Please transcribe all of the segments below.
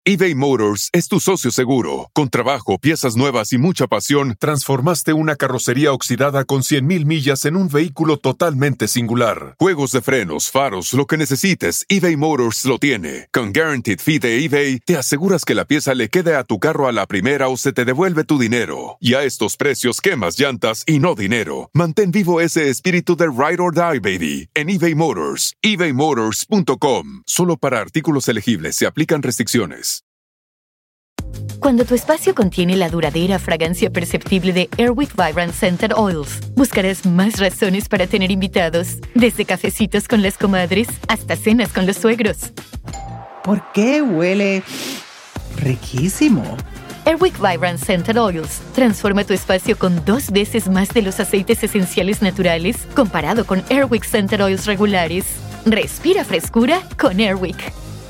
eBay Motors es tu socio seguro. Con trabajo, piezas nuevas y mucha pasión, transformaste una carrocería oxidada con 100,000 millas en un vehículo totalmente singular. Juegos de frenos, faros, lo que necesites, eBay Motors lo tiene. Con Guaranteed Fee de eBay, te aseguras que la pieza le quede a tu carro a la primera o se te devuelve tu dinero. Y a estos precios, quemas llantas y no dinero. Mantén vivo ese espíritu de Ride or Die, baby, en eBay Motors. ebaymotors.com. Solo para artículos elegibles se aplican restricciones. Cuando tu espacio contiene la duradera fragancia perceptible de Airwick Vibrant Scented Oils, buscarás más razones para tener invitados, desde cafecitos con las comadres hasta cenas con los suegros. ¿Por qué huele riquísimo? Airwick Vibrant Scented Oils transforma tu espacio con 2 veces más de los aceites esenciales naturales comparado con Airwick Scented Oils regulares. Respira frescura con Airwick.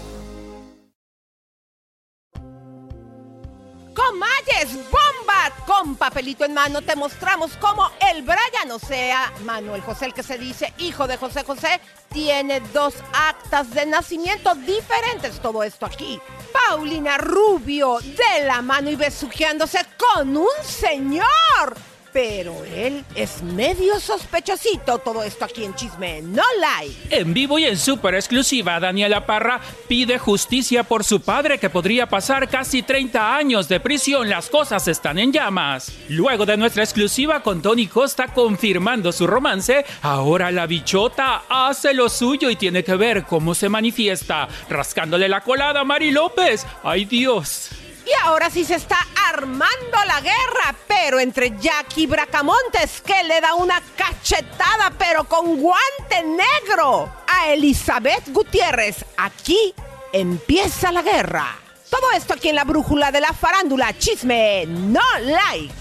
¡Comayes, bomba! Con papelito en mano te mostramos cómo el Brian, o sea, Manuel José, el que se dice hijo de José José, tiene 2 actas de nacimiento diferentes. Todo esto aquí. Paulina Rubio, de la mano y besuqueándose con un señor. Pero él es medio sospechosito. Todo esto aquí en Chisme No Like. En vivo y en súper exclusiva, Daniela Parra pide justicia por su padre, que podría pasar casi 30 años de prisión. Las cosas están en llamas. Luego de nuestra exclusiva con Tony Costa confirmando su romance, ahora la bichota hace lo suyo y tiene que ver cómo se manifiesta, rascándole la colada a Mari López. ¡Ay, Dios! Y ahora sí se está armando la guerra, pero entre Jackie Bracamontes, que le da una cachetada, pero con guante negro, a Elizabeth Gutiérrez. Aquí empieza la guerra. Todo esto aquí en la brújula de la farándula. Chisme No Like.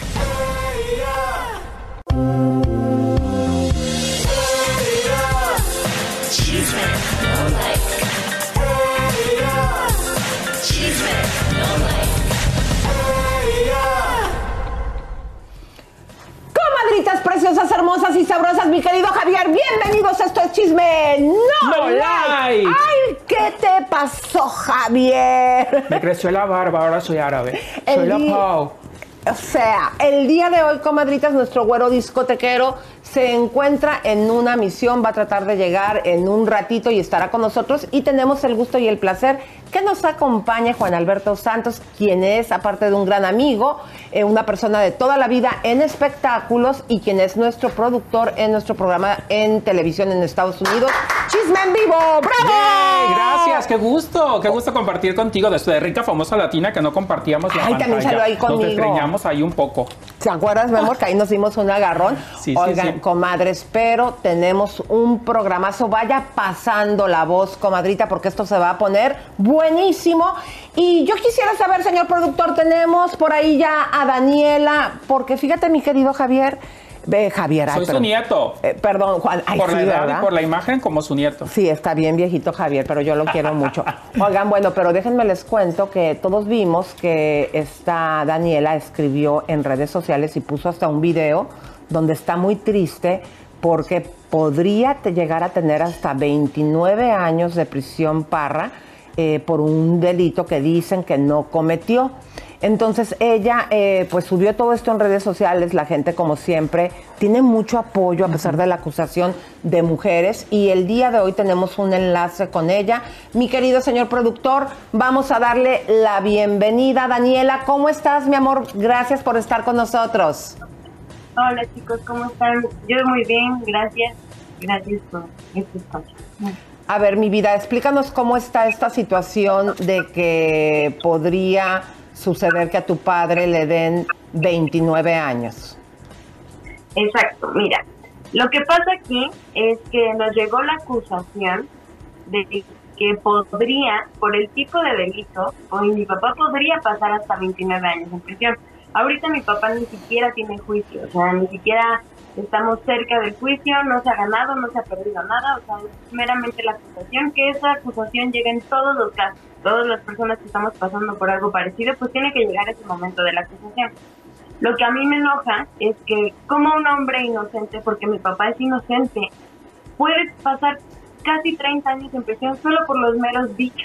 Chisme No Like. Chisme No Like. Comadritas preciosas, hermosas y sabrosas, mi querido Javier, bienvenidos. Esto es Chisme No Like. Ay, ¿qué te pasó, Javier? Me creció la barba, ahora soy árabe. Soy la Pau. O sea, el día de hoy, comadritas, nuestro güero discotequero se encuentra en una misión, va a tratar de llegar en un ratito y estará con nosotros, y tenemos el gusto y el placer que nos acompañe Juan Alberto Santos, quien es, aparte de un gran amigo, una persona de toda la vida en espectáculos y quien es nuestro productor en nuestro programa en televisión en Estados Unidos, Chisme en Vivo. ¡Bravo! ¡Yay! Gracias, qué gusto compartir contigo de esto de Rica Famosa Latina, que no compartíamos la pantalla. También salió ahí conmigo. Nos desgreñamos ahí un poco. ¿Se acuerdas, mi amor, que ahí nos dimos un agarrón? Sí, Oigan, sí. Comadres, pero tenemos un programazo. Vaya pasando la voz, comadrita, porque esto se va a poner buenísimo. Y yo quisiera saber, señor productor, tenemos por ahí ya a Daniela, porque fíjate, mi querido Javier. Javier, Soy su nieto. Perdón, Juan. Ay, por sí, la edad ¿verdad? y por la imagen, como su nieto. Sí, está bien viejito Javier, pero yo lo quiero mucho. Oigan, bueno, pero déjenme les cuento que todos vimos que esta Daniela escribió en redes sociales y puso hasta un video donde está muy triste porque podría llegar a tener hasta 29 años de prisión Parra por un delito que dicen que no cometió. Entonces ella pues subió todo esto en redes sociales. La gente, como siempre, tiene mucho apoyo a pesar de la acusación de mujeres, y el día de hoy tenemos un enlace con ella. Mi querido señor productor, vamos a darle la bienvenida. Daniela, ¿cómo estás, mi amor? Gracias por estar con nosotros. Hola chicos, ¿cómo están? Yo muy bien, gracias. Gracias por este espacio. A ver, mi vida, explícanos cómo está esta situación de que podría suceder que a tu padre le den 29 años. Exacto, mira, lo que pasa aquí es que nos llegó la acusación de que podría, por el tipo de delito, hoy mi papá podría pasar hasta 29 años en prisión. Ahorita mi papá ni siquiera tiene juicio, o sea, ni siquiera estamos cerca del juicio, no se ha ganado, no se ha perdido nada, o sea, es meramente la acusación, que esa acusación llegue en todos los casos. Todas las personas que estamos pasando por algo parecido, pues tiene que llegar ese momento de la acusación. Lo que a mí me enoja es que como un hombre inocente, porque mi papá es inocente, puede pasar casi 30 años en prisión solo por los meros dichos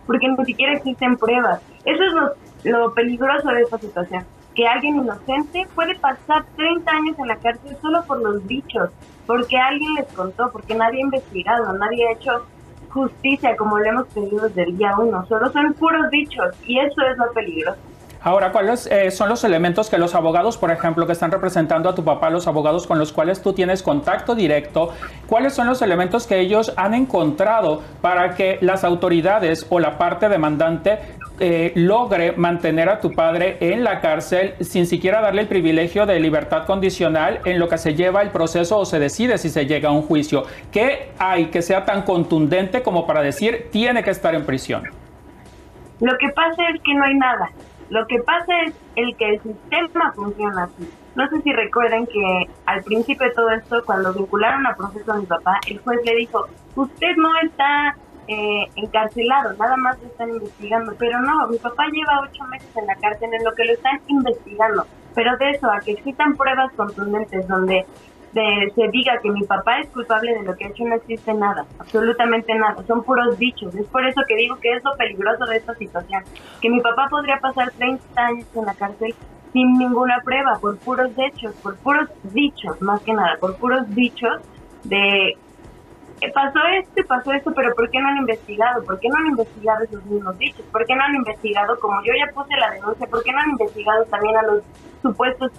porque ni siquiera existen pruebas. Eso es lo peligroso de esta situación, que alguien inocente puede pasar 30 años en la cárcel solo por los dichos, porque alguien les contó, porque nadie ha investigado, nadie ha hecho justicia como le hemos pedido desde el día 1, solo son puros dichos, y eso es lo peligroso. Ahora, ¿cuáles son los elementos que los abogados, por ejemplo, que están representando a tu papá, los abogados con los cuales tú tienes contacto directo, cuáles son los elementos que ellos han encontrado para que las autoridades o la parte demandante logre mantener a tu padre en la cárcel sin siquiera darle el privilegio de libertad condicional en lo que se lleva el proceso o se decide si se llega a un juicio? ¿Qué hay que sea tan contundente como para decir tiene que estar en prisión? Lo que pasa es que no hay nada. Lo que pasa es que el sistema funciona así. No sé si recuerdan que al principio de todo esto, cuando vincularon a proceso a mi papá, el juez le dijo, usted no está encarcelado, nada más lo están investigando. Pero no, mi papá lleva 8 meses en la cárcel en lo que lo están investigando. Pero de eso a que existan pruebas contundentes donde se diga que mi papá es culpable de lo que ha hecho, no existe nada, absolutamente nada, son puros dichos. Es por eso que digo que es lo peligroso de esta situación, que mi papá podría pasar 30 años en la cárcel sin ninguna prueba, por puros hechos, por puros dichos, más que nada, por puros dichos de pasó esto, pero ¿por qué no han investigado? ¿Por qué no han investigado esos mismos dichos? ¿Por qué no han investigado, como yo ya puse la denuncia, por qué no han investigado también a los supuestos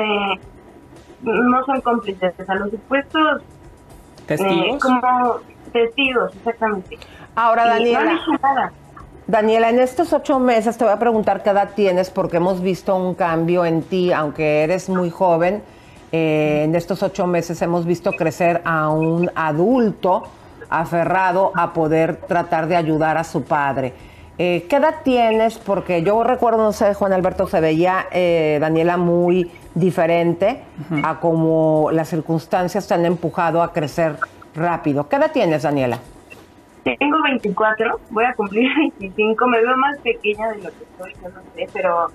no son cómplices, a los supuestos testigos, como testigos, exactamente? Ahora, Daniela, no han hecho nada. Daniela, en estos 8 meses te voy a preguntar qué edad tienes, porque hemos visto un cambio en ti, aunque eres muy joven. En estos 8 meses hemos visto crecer a un adulto aferrado a poder tratar de ayudar a su padre. ¿Qué edad tienes? Porque yo recuerdo, no sé, Juan Alberto, se veía Daniela muy diferente a como las circunstancias te han empujado a crecer rápido. ¿Qué edad tienes, Daniela? Tengo 24, voy a cumplir 25, me veo más pequeña de lo que soy, yo no sé, pero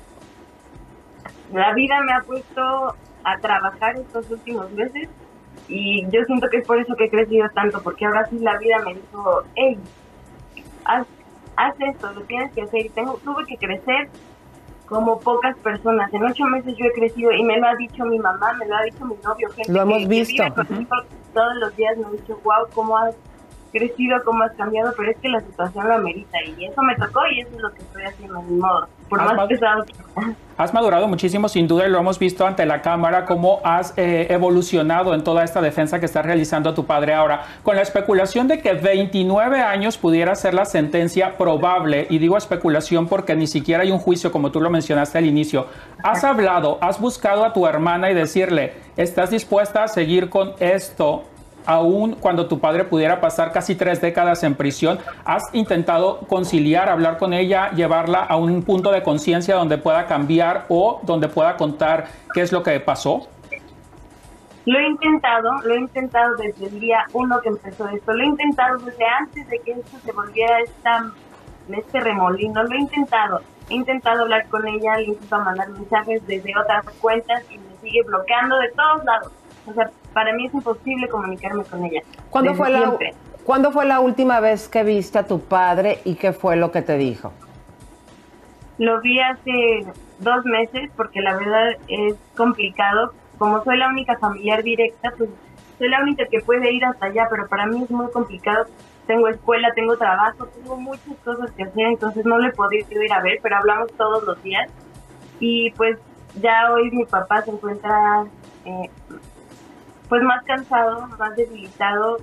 la vida me ha puesto a trabajar estos últimos meses y yo siento que es por eso que he crecido tanto, porque ahora sí la vida me dijo, hey, haz esto, lo tienes que hacer, y tuve que crecer como pocas personas. En 8 meses yo he crecido y me lo ha dicho mi mamá, me lo ha dicho mi novio, gente lo hemos visto. Que vive conmigo todos los días me ha dicho, wow, cómo has crecido, cómo has cambiado, pero es que la situación lo amerita y eso me tocó y eso es lo que estoy haciendo, ni modo, por más pesado que sea. Has madurado muchísimo, sin duda, y lo hemos visto ante la cámara, cómo has evolucionado en toda esta defensa que estás realizando a tu padre ahora, con la especulación de que 29 años pudiera ser la sentencia probable, y digo especulación porque ni siquiera hay un juicio, como tú lo mencionaste al inicio. ¿Has hablado, has buscado a tu hermana y decirle, estás dispuesta a seguir con esto aún cuando tu padre pudiera pasar casi 3 décadas en prisión? ¿Has intentado conciliar, hablar con ella, llevarla a un punto de conciencia donde pueda cambiar o donde pueda contar qué es lo que pasó? Lo he intentado desde el día 1 que empezó esto, lo he intentado desde antes de que esto se volviera este remolino, lo he intentado hablar con ella, le intento mandar mensajes desde otras cuentas y me sigue bloqueando de todos lados. O sea, para mí es imposible comunicarme con ella. ¿Cuándo fue la última vez que viste a tu padre y qué fue lo que te dijo? Lo vi hace 2 meses porque la verdad es complicado. Como soy la única familiar directa, pues soy la única que puede ir hasta allá, pero para mí es muy complicado. Tengo escuela, tengo trabajo, tengo muchas cosas que hacer, entonces no le he podido ir a ver, pero hablamos todos los días. Y pues ya hoy mi papá se encuentra pues más cansado, más debilitado,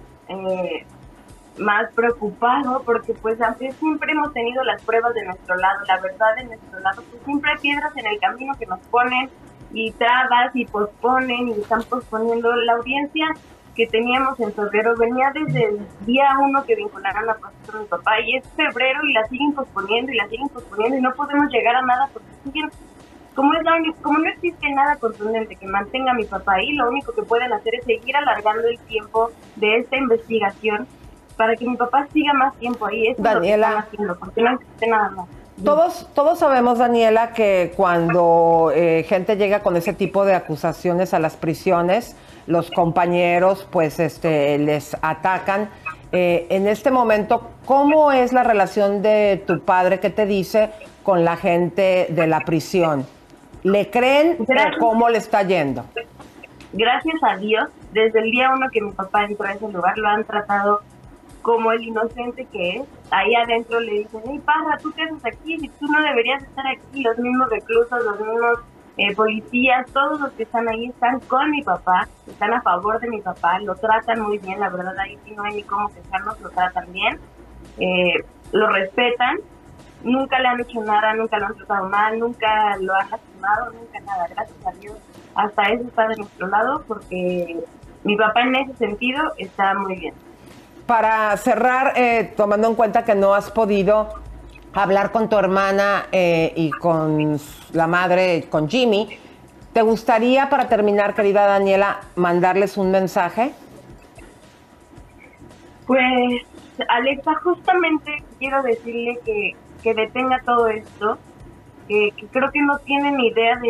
más preocupado, porque pues aunque siempre hemos tenido las pruebas de nuestro lado, la verdad de nuestro lado, pues siempre hay piedras en el camino que nos ponen y trabas y posponen y están posponiendo. La audiencia que teníamos en febrero venía desde el día 1 que vincularon a proceso de mi papá y es febrero y la siguen posponiendo y no podemos llegar a nada porque siguen. Como no existe nada contundente que mantenga a mi papá ahí, lo único que pueden hacer es seguir alargando el tiempo de esta investigación para que mi papá siga más tiempo ahí. Eso Daniela, es lo que están haciendo, porque no existe nada más. Todos sabemos, Daniela, que cuando gente llega con ese tipo de acusaciones a las prisiones, los compañeros pues les atacan En este momento, ¿cómo es la relación de tu padre que te dice con la gente de la prisión? ¿Le creen o cómo le está yendo? Gracias a Dios, desde el día 1 que mi papá entró a ese lugar, lo han tratado como el inocente que es. Ahí adentro le dicen, hey, Parra, ¿tú qué haces aquí? Si tú no deberías estar aquí. Los mismos reclusos, los mismos policías, todos los que están ahí están con mi papá, están a favor de mi papá, lo tratan muy bien, la verdad, ahí sí no hay ni cómo quejarnos, lo tratan bien, lo respetan, nunca le han hecho nada, nunca lo han tratado mal, nunca lo han lastimado, nunca nada, gracias a Dios. Hasta eso está de nuestro lado, porque mi papá en ese sentido está muy bien. Para cerrar, tomando en cuenta que no has podido hablar con tu hermana y con la madre, con Jimmy, ¿te gustaría, para terminar, querida Daniela, mandarles un mensaje? Pues, Alexa, justamente quiero decirle que detenga todo esto, que creo que no tiene ni idea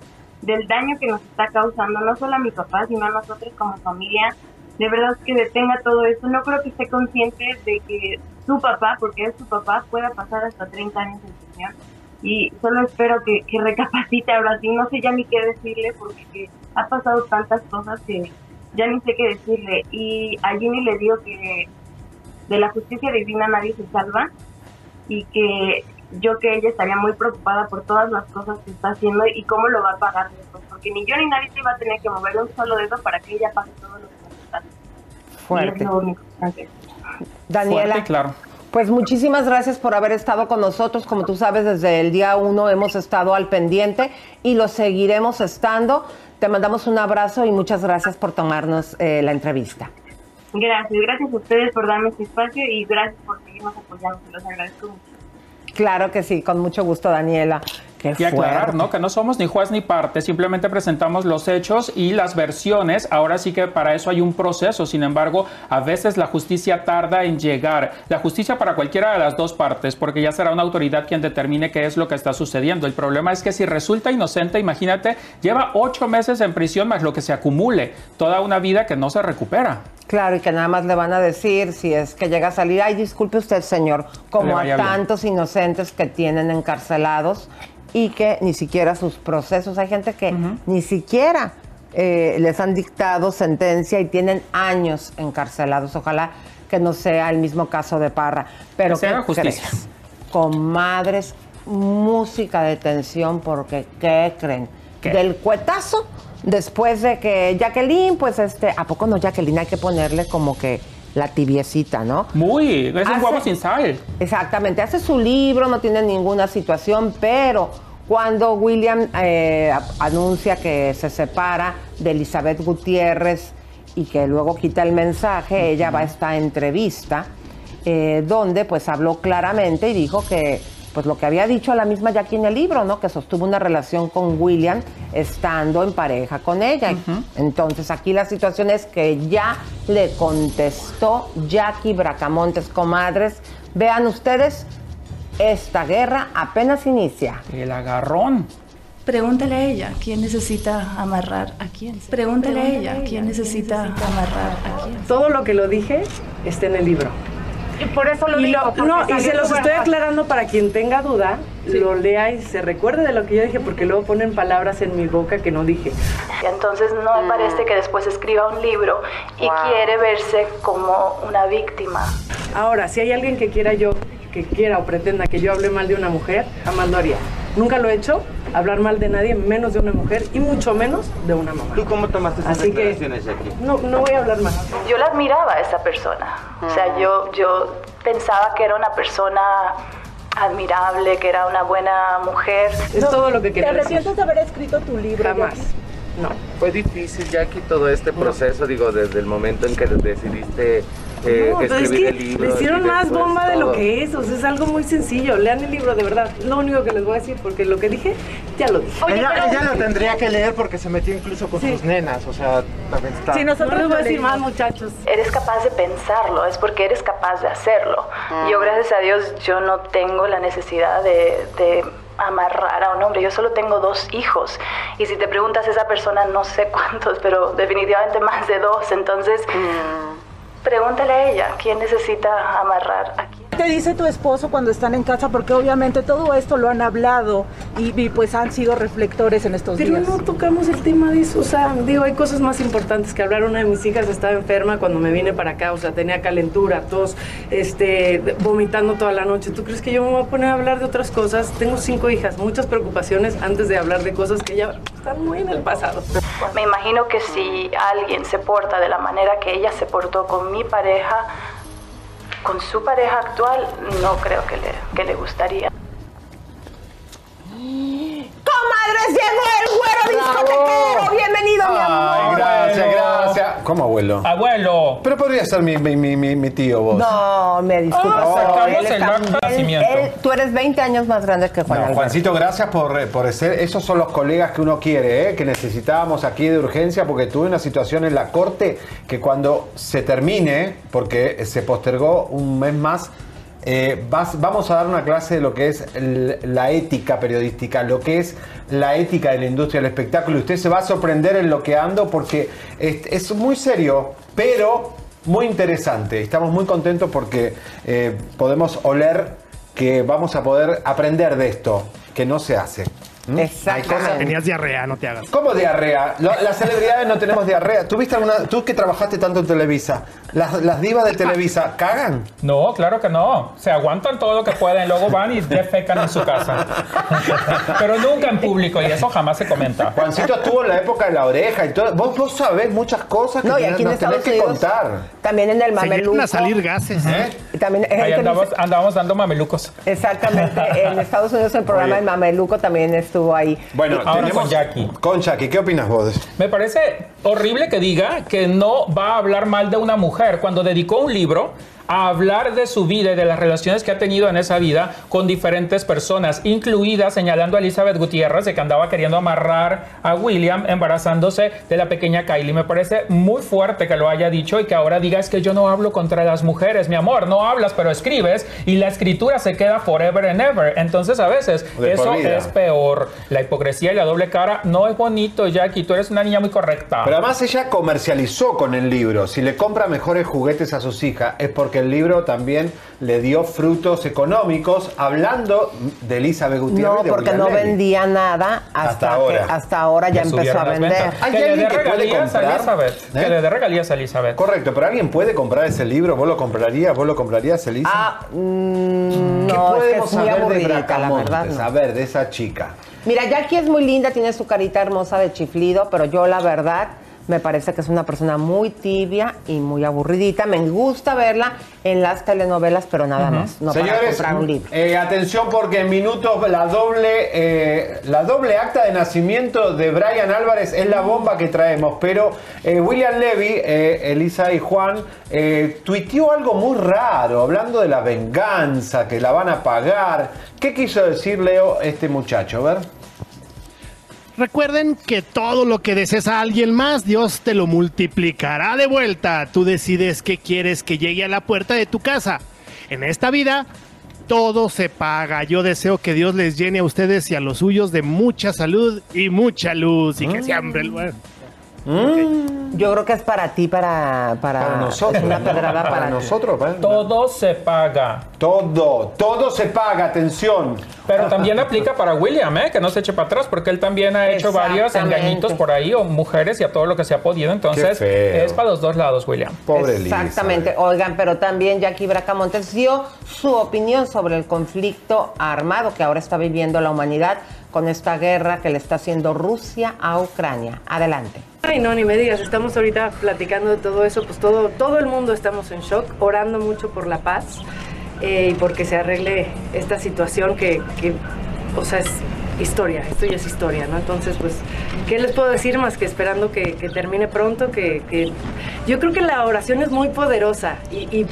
del daño que nos está causando, no solo a mi papá, sino a nosotros como familia. De verdad que detenga todo esto. No creo que esté consciente de que su papá, porque es su papá, pueda pasar hasta 30 años en prisión. Y solo espero que recapacite ahora sí. No sé ya ni qué decirle, porque ha pasado tantas cosas que ya ni sé qué decirle. Y a Ginny le digo que de la justicia divina nadie se salva, y que ella estaría muy preocupada por todas las cosas que está haciendo y cómo lo va a pagar después, porque ni yo ni nadie se va a tener que mover un solo dedo para que ella pague todo lo que nos está haciendo. Fuerte. Y es lo único que hace. Daniela, Fuerte, claro. Pues muchísimas gracias por haber estado con nosotros. Como tú sabes, desde el día 1 hemos estado al pendiente y lo seguiremos estando. Te mandamos un abrazo y muchas gracias por tomarnos la entrevista. Gracias a ustedes por darme este espacio y gracias por seguirnos apoyando, se los agradezco mucho. Claro que sí, con mucho gusto, Daniela. Y aclarar, ¿no?, que no somos ni juez ni parte, simplemente presentamos los hechos y las versiones. Ahora sí que para eso hay un proceso. Sin embargo, a veces la justicia tarda en llegar. La justicia para cualquiera de las dos partes, porque ya será una autoridad quien determine qué es lo que está sucediendo. El problema es que si resulta inocente, imagínate, lleva 8 meses en prisión más lo que se acumule, toda una vida que no se recupera. Claro, y que nada más le van a decir, si es que llega a salir, ay, disculpe usted, señor, como a tantos inocentes que tienen encarcelados y que ni siquiera sus procesos, hay gente que ni siquiera les han dictado sentencia y tienen años encarcelados. Ojalá que no sea el mismo caso de Parra. Pero que se haga justicia. Comadres, música de tensión, porque ¿qué creen? ¿Qué? Del cuetazo, después de que Jacqueline, pues ¿a poco no, Jacqueline? Hay que ponerle como que la tibiecita, ¿no? Es un huevo sin sal. Exactamente, hace su libro, no tiene ninguna situación, pero cuando William anuncia que se separa de Elizabeth Gutiérrez y que luego quita el mensaje, ella va a esta entrevista donde pues habló claramente y dijo que pues lo que había dicho la misma Jackie en el libro, ¿no? Que sostuvo una relación con William estando en pareja con ella. Entonces aquí la situación es que ya le contestó Jackie Bracamontes. Comadres, vean ustedes, esta guerra apenas inicia. El agarrón. Pregúntale a ella quién necesita amarrar a quién. Pregúntale a ella quién necesita amarrar a quién. Todo lo que lo dije está en el libro. Y por eso lo digo. Y se los estoy aclarando para quien tenga duda, lo lea y se recuerde de lo que yo dije, porque luego ponen palabras en mi boca que no dije. Entonces no me parece que después escriba un libro y quiere verse como una víctima. Ahora, si hay alguien que quiera o pretenda que yo hable mal de una mujer, jamás lo haría. Nunca lo he hecho, hablar mal de nadie, menos de una mujer y mucho menos de una mamá. ¿Tú cómo tomaste esas declaraciones, Jackie? No voy a hablar mal. Yo la admiraba a esa persona. O sea, yo pensaba que era una persona admirable, que era una buena mujer. Es todo lo que quería decir. ¿Te arrepientes de haber escrito tu libro? Jamás. Jackie? No. ¿Fue difícil, Jackie, todo este proceso? Digo, desde el momento en que decidiste escribir el libro. Le hicieron más bomba de lo que es. O sea, es algo muy sencillo. Lean el libro, de verdad. Lo único que les voy a decir, porque lo que dije, ya lo dije. Oye, ella lo tendría que leer porque se metió incluso con sus nenas. O sea, también está. Sí, nosotros no les voy a decir más, muchachos. Eres capaz de pensarlo, es porque eres capaz de hacerlo. Yo, gracias a Dios, yo no tengo la necesidad de amarrar a un hombre. Yo solo tengo 2 hijos. Y si te preguntas, esa persona no sé cuántos, pero definitivamente más de 2. Entonces, Pregúntale a ella quién necesita amarrar a quién. ¿Qué dice tu esposo cuando están en casa? Porque obviamente todo esto lo han hablado y pues han sido reflectores en estos días. Pero no tocamos el tema de eso, o sea, digo, hay cosas más importantes que hablar. Una de mis hijas estaba enferma cuando me vine para acá, o sea, tenía calentura, tos, vomitando toda la noche. ¿Tú crees que yo me voy a poner a hablar de otras cosas? Tengo 5 hijas, muchas preocupaciones antes de hablar de cosas que ya están muy en el pasado. Me imagino que si alguien se porta de la manera que ella se portó con mi pareja, con su pareja actual, no creo que le gustaría. ¡Comadres, llegó el güero discotequero! ¡Bienvenido, mi amor! Gracias. ¿Cómo abuelo? Abuelo. Pero podría ser mi tío vos. No, me disculpas, pero sacamos él el está- acta de nacimiento. tú eres 20 años más grande que Juan Alberto. Juancito, gracias por ser. Esos son los colegas que uno quiere, que necesitábamos aquí de urgencia, porque tuve una situación en la corte que cuando se termine, porque se postergó un mes más, vamos a dar una clase de lo que es la ética periodística, lo que es la ética de la industria del espectáculo. Y usted se va a sorprender en lo que ando, porque es muy serio, pero muy interesante. Estamos muy contentos porque podemos oler que vamos a poder aprender de esto, que no se hace. Exactamente. Tenías diarrea, no te hagas. ¿Cómo diarrea? Las celebridades no tenemos diarrea. Tú que trabajaste tanto en Televisa, las divas de Televisa, ¿cagan? No, claro que no. Se aguantan todo lo que pueden, luego van y defecan en su casa. Pero nunca en público, y eso jamás se comenta. Juancito estuvo en la época de la oreja y todo. Vos sabés muchas cosas que No, y aquí en nos tenés Estados que Unidos, contar. también en el Se mameluco. llegan a salir gases. Y también, Ahí andábamos dando mamelucos. Exactamente. En Estados Unidos el programa Oye. El Mameluco también estuvo ahí. Bueno, Ahora tenemos con Jackie. Con Jackie, ¿qué opinas vos? Me parece horrible que diga que no va a hablar mal de una mujer cuando dedicó un libro a hablar de su vida y de las relaciones que ha tenido en esa vida con diferentes personas, incluida señalando a Elizabeth Gutiérrez de que andaba queriendo amarrar a William embarazándose de la pequeña Kylie. Me parece muy fuerte que lo haya dicho y que ahora diga es que yo no hablo contra las mujeres. Mi amor, no hablas pero escribes y la escritura se queda forever and ever. Entonces a veces De eso por vida. es peor. La hipocresía y la doble cara no es bonito, Jackie. Tú eres una niña muy correcta. Pero además ella comercializó con el libro. Si le compra mejores juguetes a sus hijas es porque el libro también le dio frutos económicos, hablando de Elizabeth Gutiérrez. No, y de porque William no Levy. vendía nada hasta ahora ya Le empezó subieron a las vender. ventas. ¿Hay Que le alguien dé que puede regalías a comprar? Elizabeth. Que le dé regalías a Elizabeth. Correcto, pero ¿alguien puede comprar ese libro? ¿Vos lo comprarías? ¿Vos lo comprarías, Elisa? ¿Qué ¿Qué no, es que podemos es muy saber de aburridita, la Bracamontes? verdad. no. A ver, de esa chica. Mira, Jackie es muy linda, tiene su carita hermosa de chiflido, pero yo la verdad me parece que es una persona muy tibia y muy aburridita. Me gusta verla en las telenovelas, pero nada más, no para Señores, comprar un libro. atención porque en minutos la doble acta de nacimiento de Brian Álvarez es la bomba que traemos, pero William Levy, Elisa y Juan, tuiteó algo muy raro, hablando de la venganza, que la van a pagar. ¿Qué quiso decir, Leo, este muchacho? A ver. Recuerden que todo lo que desees a alguien más, Dios te lo multiplicará de vuelta. Tú decides qué quieres que llegue a la puerta de tu casa. En esta vida, todo se paga. Yo deseo que Dios les llene a ustedes y a los suyos de mucha salud y mucha luz. Y que siempre el buen. Yo creo que es para ti, para nosotros. es una pedrada para ti. nosotros. Todo se paga. Todo se paga, atención. Pero también aplica para William, que no se eche para atrás, porque él también ha hecho varios Exactamente. engañitos por ahí, o mujeres y a todo lo que se ha podido. Entonces, Qué feo. es para los dos lados, William. Pobre Elisa. Exactamente. Oigan, pero también Jackie Bracamontes dio su opinión sobre el conflicto armado que ahora está viviendo la humanidad con esta guerra que le está haciendo Rusia a Ucrania. Adelante. Ay, no, ni me digas, estamos ahorita platicando de todo eso, pues todo el mundo estamos en shock, orando mucho por la paz y porque se arregle esta situación que, o sea, es historia, esto ya es historia, ¿no? Entonces, pues, ¿qué les puedo decir más que esperando que termine pronto? Que yo creo que la oración es muy poderosa y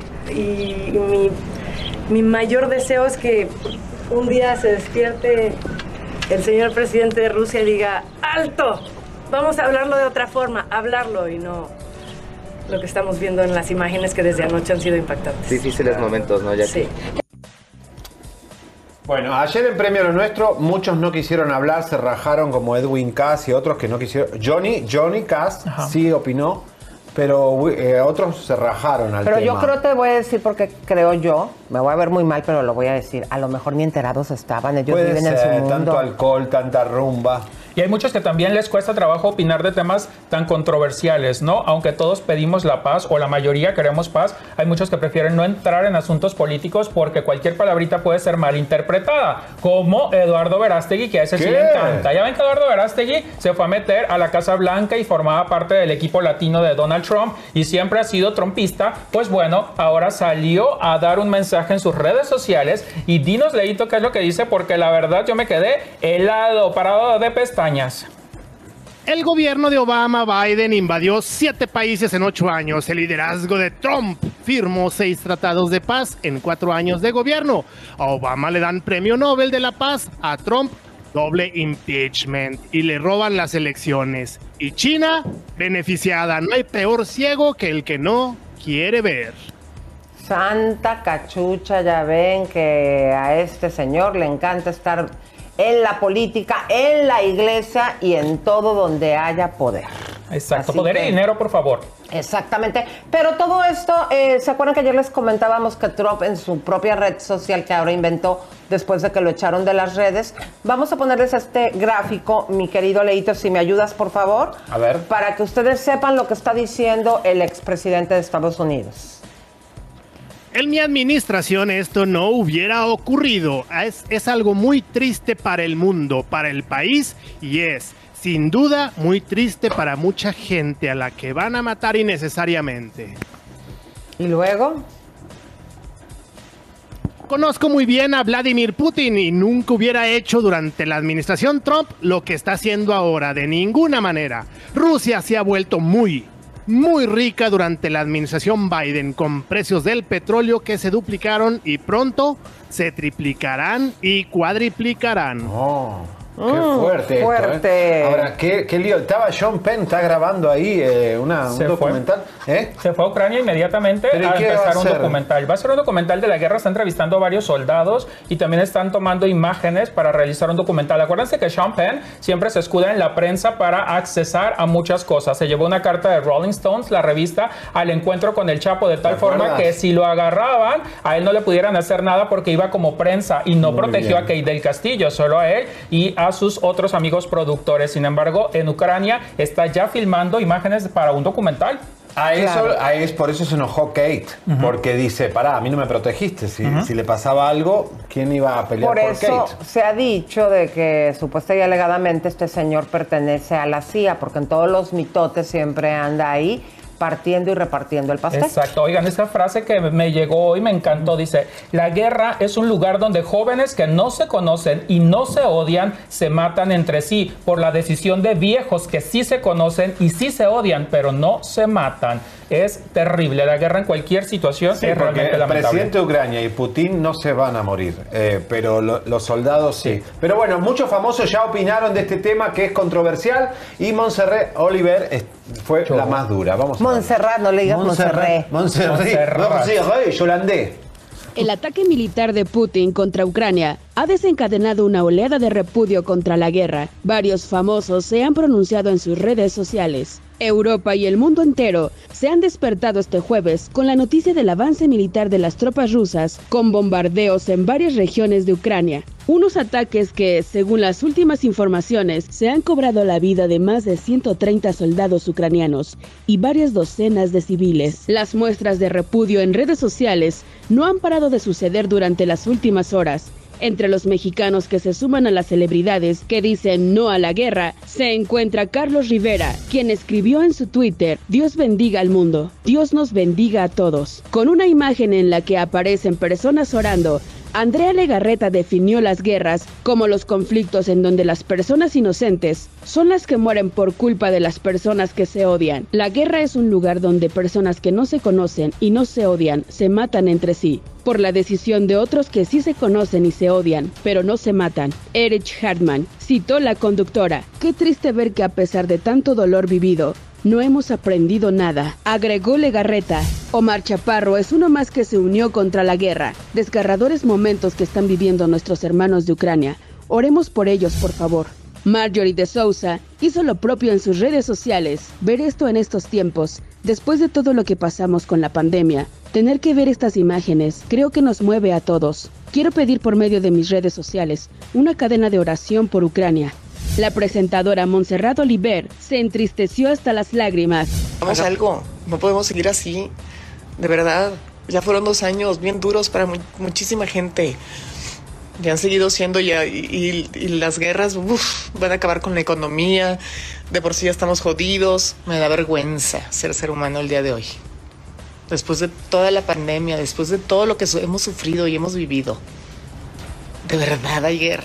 mi mayor deseo es que un día se despierte el señor presidente de Rusia y diga, ¡alto! Vamos a hablarlo de otra forma, hablarlo y no lo que estamos viendo en las imágenes que desde anoche han sido impactantes. Difíciles momentos, ¿no, Jackie? Sí. Bueno, ayer en Premio Lo Nuestro muchos no quisieron hablar, se rajaron como Edwin Cass y otros que no quisieron. Johnny Cass sí opinó pero otros se rajaron al pero tema. Yo creo, te voy a decir porque creo yo, me voy a ver muy mal, pero lo voy a decir, a lo mejor ni enterados estaban, ellos Puede viven ser, en su mundo. tanto alcohol, tanta rumba. Y hay muchos que también les cuesta trabajo opinar de temas tan controversiales, ¿no? Aunque todos pedimos la paz, o la mayoría queremos paz, hay muchos que prefieren no entrar en asuntos políticos porque cualquier palabrita puede ser malinterpretada, como Eduardo Verástegui, que a ese sí le encanta. Ya ven que Eduardo Verástegui se fue a meter a la Casa Blanca y formaba parte del equipo latino de Donald Trump y siempre ha sido trumpista. Pues bueno, ahora salió a dar un mensaje en sus redes sociales y dinos, Leito, qué es lo que dice, porque la verdad yo me quedé helado, parado de pestañas. El gobierno de Obama-Biden invadió 7 países en 8 años. El liderazgo de Trump firmó 6 tratados de paz en 4 años de gobierno. A Obama le dan premio Nobel de la Paz, a Trump doble impeachment y le roban las elecciones. Y China, beneficiada. No hay peor ciego que el que no quiere ver. Santa cachucha, ya ven que a este señor le encanta estar en la política, en la iglesia y en todo donde haya poder. Exacto, poder y dinero, por favor. Exactamente, pero todo esto, ¿se acuerdan que ayer les comentábamos que Trump en su propia red social que ahora inventó después de que lo echaron de las redes? Vamos a ponerles este gráfico, mi querido Leito, si me ayudas, por favor. A ver. Para que ustedes sepan lo que está diciendo el expresidente de Estados Unidos. En mi administración esto no hubiera ocurrido. Es algo muy triste para el mundo, para el país, y es, sin duda, muy triste para mucha gente a la que van a matar innecesariamente. ¿Y luego? Conozco muy bien a Vladimir Putin y nunca hubiera hecho durante la administración Trump lo que está haciendo ahora, de ninguna manera. Rusia se ha vuelto muy rica durante la administración Biden, con precios del petróleo que se duplicaron y pronto se triplicarán y cuadriplicarán. Oh, qué fuerte, fuerte. Esto, ¿eh? Ahora, qué lío. Estaba Sean Penn, está grabando ahí un documental. Se fue a Ucrania inmediatamente a empezar un documental. Va a ser un documental de la guerra, está entrevistando a varios soldados y también están tomando imágenes para realizar un documental. Acuérdense que Sean Penn siempre se escuda en la prensa para accesar a muchas cosas. Se llevó una carta de Rolling Stones, la revista, al encuentro con el Chapo, de tal forma que si lo agarraban, a él no le pudieran hacer nada porque iba como prensa y no protegió a Kate del Castillo, solo a él y a sus otros amigos productores. Sin embargo, en Ucrania está ya filmando imágenes para un documental. Por eso se enojó Kate, porque dice, pará, a mí no me protegiste, si le pasaba algo, ¿quién iba a pelear por Kate? Por eso se ha dicho de que supuesta y alegadamente este señor pertenece a la CIA, porque en todos los mitotes siempre anda ahí partiendo y repartiendo el pastel. Exacto. Oigan, esta frase que me llegó hoy me encantó. Dice, la guerra es un lugar donde jóvenes que no se conocen y no se odian se matan entre sí por la decisión de viejos que sí se conocen y sí se odian, pero no se matan. Es terrible. La guerra en cualquier situación es realmente lamentable. El presidente de Ucrania y Putin no se van a morir, pero los soldados sí. Pero bueno, muchos famosos ya opinaron de este tema que es controversial y Montserrat Oliver fue la más dura. Vamos a Montserrat, no le digas Montserrat. Montserrat, Yolandé. El ataque militar de Putin contra Ucrania ha desencadenado una oleada de repudio contra la guerra. Varios famosos se han pronunciado en sus redes sociales. Europa y el mundo entero se han despertado este jueves con la noticia del avance militar de las tropas rusas, con bombardeos en varias regiones de Ucrania. Unos ataques que, según las últimas informaciones, se han cobrado la vida de más de 130 soldados ucranianos y varias docenas de civiles. Las muestras de repudio en redes sociales no han parado de suceder durante las últimas horas. Entre los mexicanos que se suman a las celebridades que dicen no a la guerra, se encuentra Carlos Rivera, quien escribió en su Twitter, Dios bendiga al mundo, Dios nos bendiga a todos. Con una imagen en la que aparecen personas orando, Andrea Legarreta definió las guerras como los conflictos en donde las personas inocentes son las que mueren por culpa de las personas que se odian. La guerra es un lugar donde personas que no se conocen y no se odian se matan entre sí, por la decisión de otros que sí se conocen y se odian, pero no se matan. Erich Hartmann citó la conductora, qué triste ver que a pesar de tanto dolor vivido, no hemos aprendido nada, agregó Legarreta. Omar Chaparro es uno más que se unió contra la guerra. Desgarradores momentos que están viviendo nuestros hermanos de Ucrania. Oremos por ellos, por favor. Marjorie de Sousa hizo lo propio en sus redes sociales. Ver esto en estos tiempos Después de todo lo que pasamos con la pandemia, tener que ver estas imágenes creo que nos mueve a todos. Quiero pedir por medio de mis redes sociales una cadena de oración por Ucrania. La presentadora Montserrat Oliver se entristeció hasta las lágrimas. Vamos a algo, no podemos seguir así, de verdad. Ya fueron 2 años bien duros para muchísima gente. Ya han seguido siendo y las guerras van a acabar con la economía. De por sí ya estamos jodidos. Me da vergüenza ser humano el día de hoy. Después de toda la pandemia, después de todo lo que hemos sufrido y hemos vivido. De verdad hay guerra.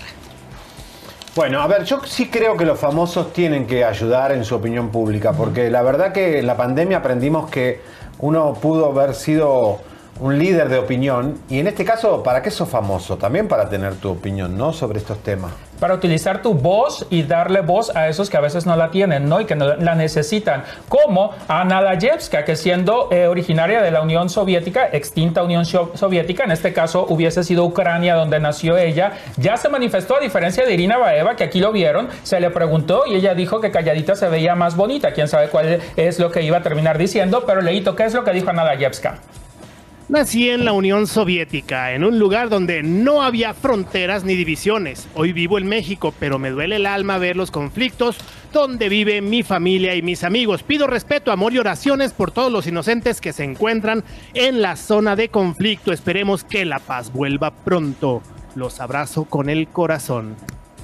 Bueno, a ver, yo sí creo que los famosos tienen que ayudar en su opinión pública, porque la verdad que en la pandemia aprendimos que uno pudo haber sido un líder de opinión, y en este caso, ¿para qué sos famoso? También para tener tu opinión, ¿no?, sobre estos temas. Para utilizar tu voz y darle voz a esos que a veces no la tienen, ¿no?, y que no la necesitan, como Anna Layevska, que siendo originaria de la Unión Soviética, extinta Unión Soviética, en este caso hubiese sido Ucrania donde nació ella, ya se manifestó, a diferencia de Irina Baeva, que aquí lo vieron, se le preguntó y ella dijo que calladita se veía más bonita. Quién sabe cuál es lo que iba a terminar diciendo, pero Leito, ¿qué es lo que dijo Anna Layevska? Nací en la Unión Soviética, en un lugar donde no había fronteras ni divisiones. Hoy vivo en México, pero me duele el alma ver los conflictos donde vive mi familia y mis amigos. Pido respeto, amor y oraciones por todos los inocentes que se encuentran en la zona de conflicto. Esperemos que la paz vuelva pronto. Los abrazo con el corazón.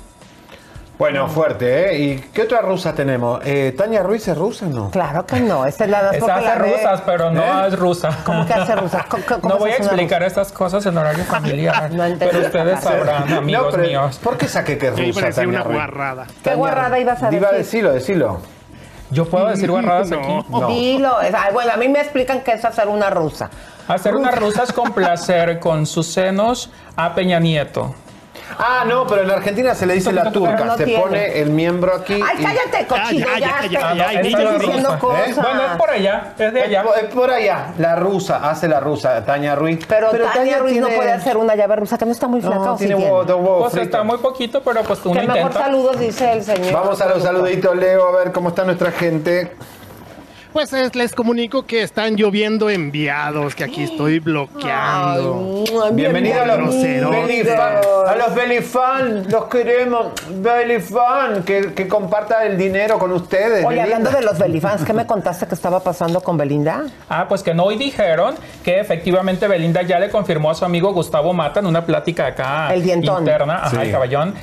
Bueno, fuerte, ¿eh? ¿Y qué otra rusa tenemos? ¿Tania Ruiz es rusa o no? Claro que no, esa es la de... Esa hace rusas, pero no es rusa. ¿Cómo que hace rusas? No voy a explicar estas cosas en horario familiar, pero ustedes sabrán, amigos míos. ¿Por qué saqué que es rusa? Iba a decir una Ruiz? guarrada. ¿Qué guarrada ibas a decir? Decilo. ¿Yo puedo decir guarradas aquí? No. Dilo. Bueno, a mí me explican que es hacer una rusa. Hacer una rusa es complacer con sus senos a Peña Nieto. Ah, no, pero en Argentina se le dice la turca. No se tiene. pone el miembro aquí. Ay, cállate, cochino, ya Estás diciendo cosas. Bueno, es por allá, es de allá. Es por allá. La rusa, hace la rusa, Tania Ruiz. Pero Tania Ruiz no puede hacer una llave rusa, que no está muy flaca, No, ¿o sí tiene tiene? huevo Pues frito. está muy poquito, pero pues uno Que mejor intenta. saludos, dice el señor. Vamos a los saluditos, Leo, a ver cómo está nuestra gente. Pues les comunico que están lloviendo enviados, que aquí estoy bloqueando. Bienvenido a los Grosero. Belifans. A los Belifans, los queremos. Belifans, que comparta el dinero con ustedes. Oye, Belinda. hablando de los Belifans, ¿qué me contaste que estaba pasando con Belinda? Ah, pues que no, hoy dijeron que efectivamente Belinda ya le confirmó a su amigo Gustavo Mata en una plática acá El dientón. interna, Sí. el caballón,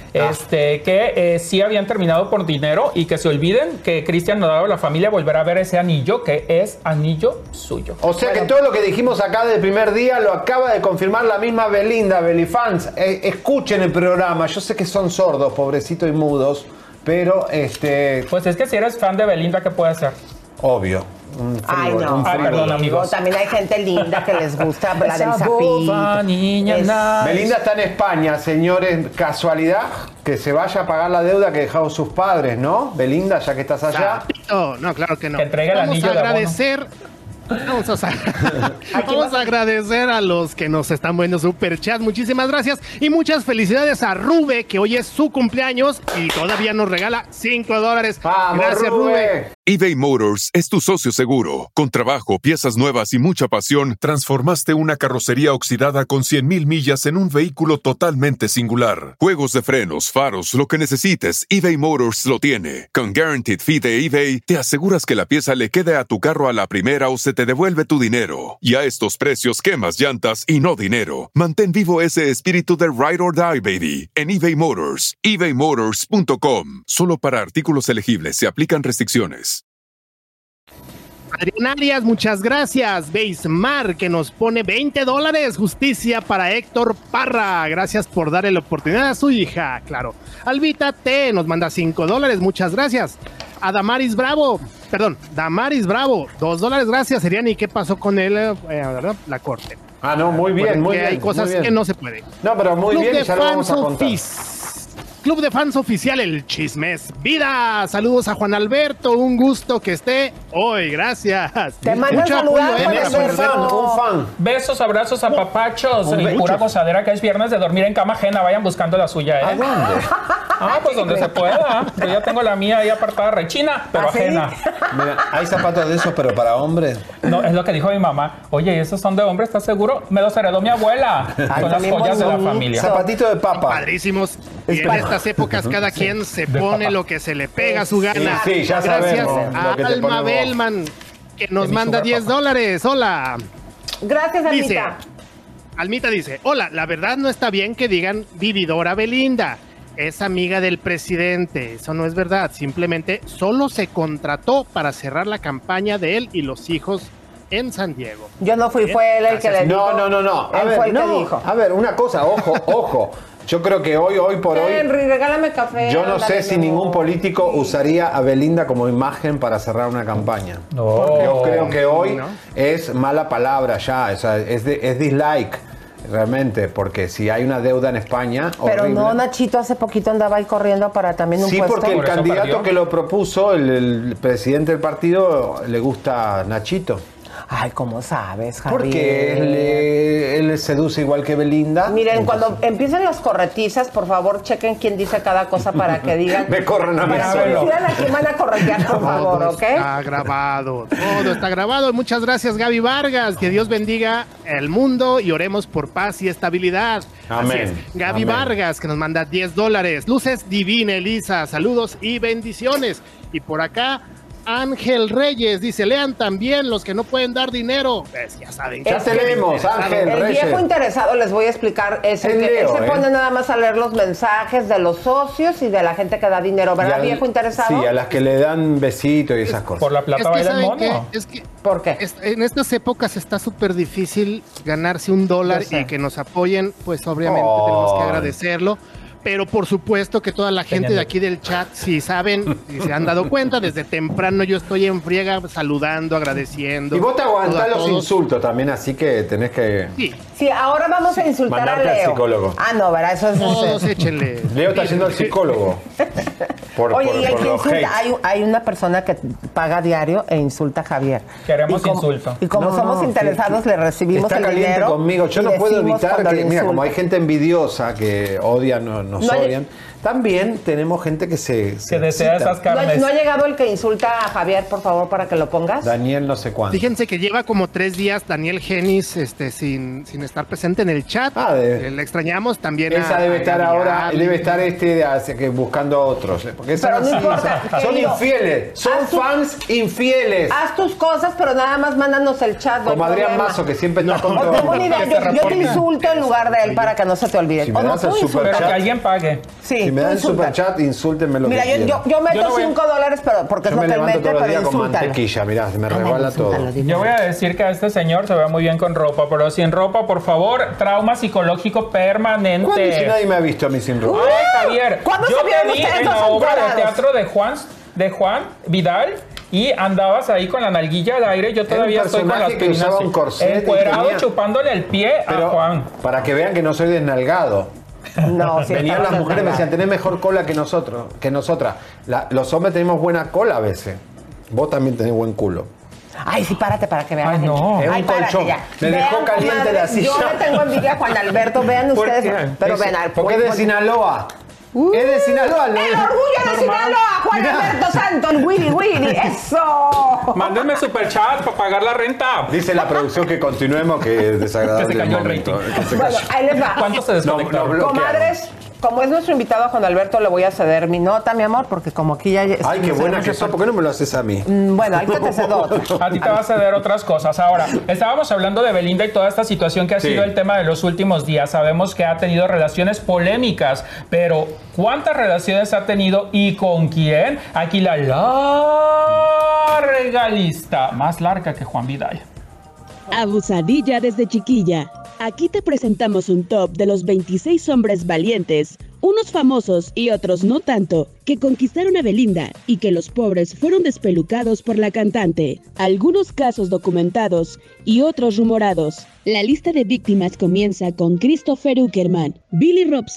que sí habían terminado por dinero y que se olviden que Cristian Nodal o la familia volverá a ver ese anillo, que es anillo suyo. O sea que todo lo que dijimos acá del primer día lo acaba de confirmar la misma Belinda. Belifans, escuchen el programa. Yo sé que son sordos, pobrecitos y mudos, pero Pues es que si eres fan de Belinda, ¿qué puede hacer? obvio. Ay, no. perdón, amigos. También hay gente linda que les gusta la del Esa sapito. boba, niña, Es- nice. Belinda está en España, señores. Casualidad que se vaya a pagar la deuda que dejaron sus padres, ¿no? Belinda, ya que estás allá. No, claro que no. Que entregue el Vamos anillo a de abono. agradecer. Vamos a agradecer a los que nos están viendo super chat. Muchísimas gracias y muchas felicidades a Rube, que hoy es su cumpleaños y todavía nos regala $5. ¡Vamos, Gracias, Rube. eBay Motors es tu socio seguro. Con trabajo, piezas nuevas y mucha pasión, transformaste una carrocería oxidada con 100,000 millas en un vehículo totalmente singular. Juegos de frenos, faros, lo que necesites, eBay Motors lo tiene. Con Guaranteed Fee de eBay, te aseguras que la pieza le quede a tu carro a la primera o se te devuelve tu dinero. Y a estos precios, quemas llantas y no dinero. Mantén vivo ese espíritu de Ride or Die, baby, en eBay Motors. ebaymotors.com. Solo para artículos elegibles se aplican restricciones. Adrián Arias, muchas gracias. Beismar, que nos pone $20. Justicia para Héctor Parra. Gracias por darle la oportunidad a su hija. Claro. Albita T nos manda $5. Muchas gracias. A Damaris Bravo, $2. Gracias, Seriani. ¿Qué pasó con él? ¿Verdad? La corte. Ah, no, muy bien, Porque muy bien. hay cosas muy bien. que no se pueden. No, pero muy Club bien, de ya lo vamos a Fans contar. Office. Club de Fans Oficial, el Chismes Vida. Saludos a Juan Alberto, un gusto que esté hoy, gracias. Te mandan saludar, un fan. Besos, abrazos, apapachos. Pura gozadera que es viernes de dormir en cama ajena. Vayan buscando la suya, ¿eh? ¿A dónde? Pues donde se pueda. Yo ya tengo la mía ahí apartada, rechina, pero ajena. Mira, hay zapatos de esos, pero para hombres. No, es lo que dijo mi mamá. Oye, ¿esos son de hombre? ¿Estás seguro? Me los heredó mi abuela. Son las joyas de la familia. Zapatito de papa. Padrísimos. Y en estas épocas cada quien se pone lo que se le pega a su gana. Sí, ya Gracias sabemos a lo que te Alma ponemos. Bellman, que nos manda $10. Hola. Gracias, Almita. Dice, Almita dice, hola, la verdad no está bien que digan vividora Belinda. Es amiga del presidente. Eso no es verdad. Simplemente solo se contrató para cerrar la campaña de él y los hijos en San Diego. Yo no fui, fue él el que le dijo. No. Él fue el que dijo. A ver, una cosa, ojo. Yo creo que hoy por hoy, Henry, regálame café. yo no ándale, sé si mi ningún amor. político usaría a Belinda como imagen para cerrar una campaña. No. Yo creo que hoy ¿No? es mala palabra ya, o sea, es dislike realmente, porque si hay una deuda en España, Pero horrible. no, Nachito hace poquito andaba ahí corriendo para también un Sí, puesto. porque el Por eso candidato perdió. que lo propuso, el presidente del partido, le gusta Nachito. Ay, ¿cómo sabes, Javier? Porque él seduce igual que Belinda. Miren, entonces- cuando empiecen las corretizas, por favor, chequen quién dice cada cosa para que digan. Me corren a mí Para que solo. decidan a quién van a corretear, por favor, Todo ¿ok? está grabado, todo está grabado. Muchas gracias, Gaby Vargas. Que Dios bendiga el mundo y oremos por paz y estabilidad. Amén. Así es. Gaby Amén. Vargas, que nos manda $10. Luces Divina Elisa, saludos y bendiciones. Y por acá, Ángel Reyes dice, lean también los que no pueden dar dinero. Pues ya saben. Ya que te es leemos, interesado. Ángel. El Reyes. viejo interesado, les voy a explicar, es el Es que él Leo, se pone nada más a leer los mensajes de los socios y de la gente que da dinero, Y ¿verdad, al- viejo interesado? Sí, a las que le dan besitos y esas cosas. Por la Es plata que, baila el ¿saben mono. qué? Es que ¿Por qué? en estas épocas está súper difícil ganarse $1 Yo sé. y que nos apoyen, pues obviamente tenemos que agradecerlo. Pero por supuesto que toda la gente de aquí del chat, si saben y se han dado cuenta, desde temprano yo estoy en friega saludando, agradeciendo. Y vos te aguantás a los todos. insultos también, así que tenés que... Sí, Sí, ahora vamos a insultar a mandarte al Leo. psicólogo. Ah, no, ¿verdad? Eso es... todos échenle. Leo está yendo al psicólogo. Oye, y el que los insulta, hates. hay una persona que paga diario e insulta a Javier. Queremos Y como- insulto. Y como No, somos no, interesados, sí. le recibimos Está el caliente dinero. conmigo. Yo y no puedo decimos evitar cuando que, le mira, como hay insultan. gente envidiosa que odia, nos No hay- odian, también tenemos gente que se Que desea excita. esas ¿No, carnes. no ha llegado el que insulta a Javier, por favor, para que lo pongas? Daniel no sé cuánto. Fíjense que lleva como 3 días Daniel Genis sin estar presente en el chat. Le extrañamos también Esa a debe estar Gaby ahora, Arlen. debe estar buscando a otros. Porque esa Pero no sí, importa, son querido. infieles, son Haz tu- fans infieles. Haz tus cosas, pero nada más mándanos el chat. no hay Como Adrián problema. Mazo, que siempre está con O todo. tengo una idea, yo te insulto en lugar de él para que no se te olvide. Si me O no, das el tú super insulta. Pero que alguien pague. Sí, Si me tú dan insulta. super chat, insúltenme lo Mira, que yo quieran. meto no voy- $5, pero porque es Yo lo me que él levanto mete, todos los pero días con insúltalo. mantequilla, mirá, me resbala todo. Yo voy a decir que a este señor se ve muy bien con ropa, pero sin ropa, por favor, trauma psicológico permanente. ¿Cuándo si nadie me ha visto a mí sin ropa? Ay, Javier, ¿Cuándo yo se vieron te vi ustedes en dos la obra de encuadrados? teatro de Juan Vidal y andabas ahí con la nalguilla al aire. Yo Era un todavía estoy con las personaje que piernas usaba un corset y encuerado, tenía- chupándole el pie Pero a Juan. para que vean que no soy desnalgado. No, sí, Venían está las mujeres y me desnalgado. decían, tenés mejor cola que nosotras. Los hombres tenemos buena cola a veces. Vos también tenés buen culo. Ay, sí, párate para que vean. Ay, la gente. no. Es un Ay, párate colchón. ya. Me dejó Vean, caliente comadre, la silla. Yo le tengo envidia a Juan Alberto. Vean ¿Por ustedes. qué? Pero ven, Porque es de Sinaloa. Es de Sinaloa. ¿no? ¡El orgullo de Sinaloa! ¡Juan Alberto Santos! ¡Willy, Willy! ¡Eso! Mándenme super chat para pagar la renta. Dice la producción que continuemos, que es desagradable. Que se cayó el momento, rating. que se Bueno, cayó. ahí les va. ¿Cuántos se No, desconectaron? no bloquearon. Comadres, como es nuestro invitado Juan Alberto, le voy a ceder mi nota, mi amor, porque como aquí ya... Ay, qué buena que sos. ¿Por qué no me lo haces a mí? Bueno, ahí te cedo otra. A ti te va a ceder otras cosas. Ahora, estábamos hablando de Belinda y toda esta situación que ha Sí. sido el tema de los últimos días. Sabemos que ha tenido relaciones polémicas, pero ¿cuántas relaciones ha tenido y con quién? Aquí la larga lista, más larga que Juan Vidal. Abusadilla desde chiquilla. Aquí te presentamos un top de los 26 hombres valientes, unos famosos y otros no tanto, que conquistaron a Belinda y que los pobres fueron despelucados por la cantante. Algunos casos documentados y otros rumorados. La lista de víctimas comienza con Christopher Uckerman, Billy Robson,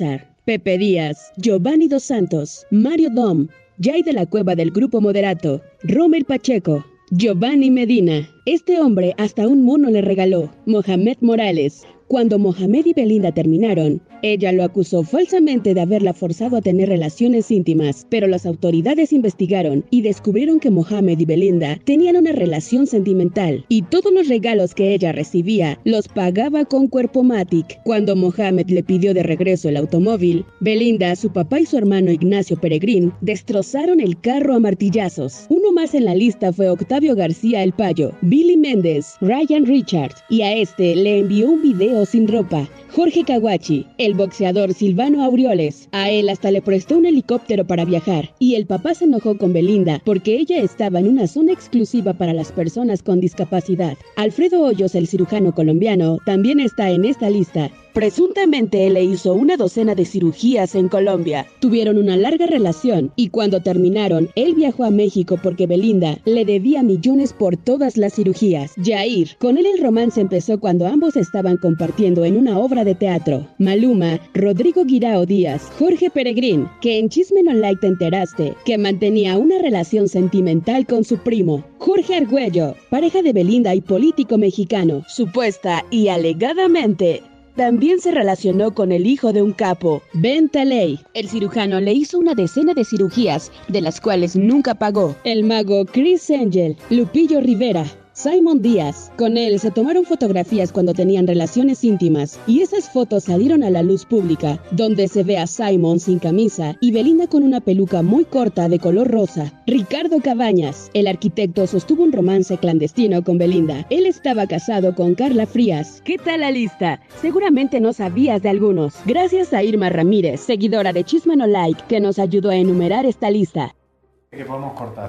Pepe Díaz, Giovanni Dos Santos, Mario Dom, Jay de la Cueva del Grupo Moderato, Rommel Pacheco, Giovanni Medina. Este hombre hasta un mono le regaló. Mohamed Morales. Cuando Mohamed y Belinda terminaron, ella lo acusó falsamente de haberla forzado a tener relaciones íntimas, pero las autoridades investigaron y descubrieron que Mohamed y Belinda tenían una relación sentimental y todos los regalos que ella recibía los pagaba con Cuerpomatic. Cuando Mohamed le pidió de regreso el automóvil, Belinda, su papá y su hermano Ignacio Peregrín destrozaron el carro a martillazos. Uno más en la lista fue Octavio García el Payo, Billy Méndez, Ryan Richards, y a este le envió un video sin ropa. Jorge Caguachi, el boxeador Silvano Aureoles, a él hasta le prestó un helicóptero para viajar, y el papá se enojó con Belinda porque ella estaba en una zona exclusiva para las personas con discapacidad. Alfredo Hoyos, el cirujano colombiano, también está en esta lista. Presuntamente él le hizo una docena de cirugías en Colombia. Tuvieron una larga relación y cuando terminaron, él viajó a México porque Belinda le debía millones por todas las cirugías. Jair, con él el romance empezó cuando ambos estaban compartiendo en una obra de teatro. Maluma, Rodrigo Guirao Díaz, Jorge Peregrín, que en Chisme No Like te enteraste que mantenía una relación sentimental con su primo. Jorge Argüello, pareja de Belinda y político mexicano, supuesta y alegadamente también se relacionó con el hijo de un capo, Ben Taley. El cirujano le hizo una decena de cirugías, de las cuales nunca pagó. El mago Chris Angel, Lupillo Rivera, Simon Díaz. Con él se tomaron fotografías cuando tenían relaciones íntimas y esas fotos salieron a la luz pública, donde se ve a Simon sin camisa y Belinda con una peluca muy corta de color rosa. Ricardo Cabañas, el arquitecto, sostuvo un romance clandestino con Belinda. Él estaba casado con Carla Frías. ¿Qué tal la lista? Seguramente no sabías de algunos. Gracias a Irma Ramírez, seguidora de Chisme No Like, que nos ayudó a enumerar esta lista. Que podemos cortar.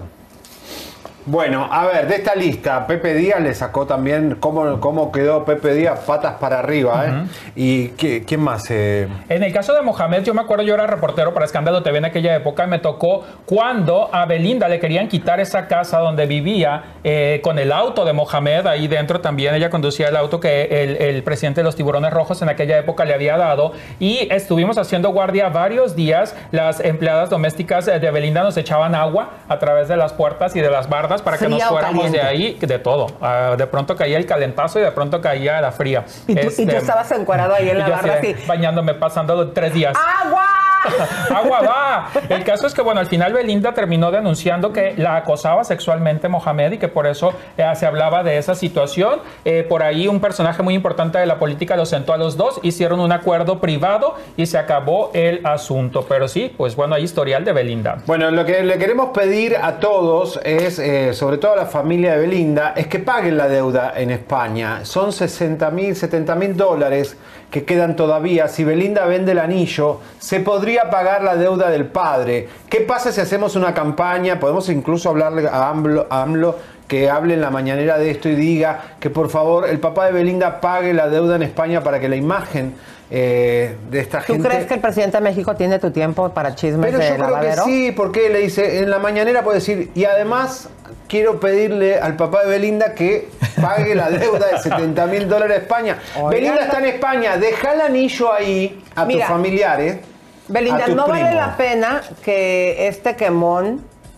Bueno, a ver, de esta lista, Pepe Díaz le sacó también cómo quedó Pepe Díaz patas para arriba, ¿eh? ¿Y quién más? En el caso de Mohamed, yo me acuerdo, yo era reportero para Escándalo TV en aquella época, y me tocó cuando a Belinda le querían quitar esa casa donde vivía con el auto de Mohamed, ahí dentro también ella conducía el auto que el presidente de los Tiburones Rojos en aquella época le había dado, y estuvimos haciendo guardia varios días. Las empleadas domésticas de Belinda nos echaban agua a través de las puertas y de las bardas para que nos fuéramos de ahí, de todo. De pronto caía el calentazo y de pronto caía la fría. Y tú estabas encuadrado ahí en la barra así, bañándome, pasando 3 días. ¡Agua! ¡Agua va! El caso es que, bueno, al final Belinda terminó denunciando que la acosaba sexualmente Mohamed y que por eso se hablaba de esa situación. Por ahí un personaje muy importante de la política los sentó a los dos, hicieron un acuerdo privado y se acabó el asunto. Pero sí, pues bueno, hay historial de Belinda. Bueno, lo que le queremos pedir a todos es, sobre todo a la familia de Belinda, es que paguen la deuda en España. Son 60.000, 70.000 dólares que quedan todavía. Si Belinda vende el anillo, se podría pagar la deuda del padre. ¿Qué pasa si hacemos una campaña? Podemos incluso hablarle a AMLO que hable en la mañanera de esto y diga que por favor el papá de Belinda pague la deuda en España para que la imagen de esta gente... ¿Tú crees que el presidente de México tiene tu tiempo para chismes Pero de yo creo lavadero? que sí, porque le dice, en la mañanera puede decir, y además quiero pedirle al papá de Belinda que pague la deuda de 70.000 dólares a España. Oigan, Belinda está en España, deja el anillo ahí a tus familiares. Belinda, no vale la pena que este quemón,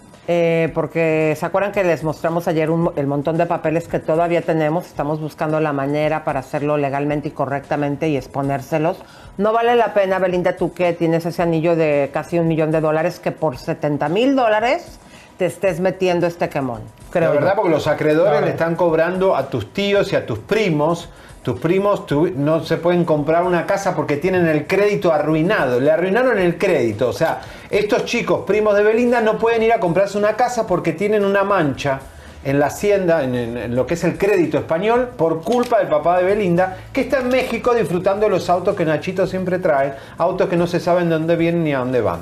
porque se acuerdan que les mostramos ayer el montón de papeles que todavía tenemos, estamos buscando la manera para hacerlo legalmente y correctamente y exponérselos. No vale la pena, Belinda, tú que tienes ese anillo de casi $1 millón, que por 70.000 dólares te estés metiendo este quemón. La verdad, porque los acreedores le están cobrando a tus tíos y a tus primos. Tus primos no se pueden comprar una casa porque tienen el crédito arruinado. Le arruinaron el crédito. O sea, estos chicos, primos de Belinda, no pueden ir a comprarse una casa porque tienen una mancha en la hacienda, en lo que es el crédito español, por culpa del papá de Belinda, que está en México disfrutando de los autos que Nachito siempre trae. Autos que no se saben de dónde vienen ni a dónde van.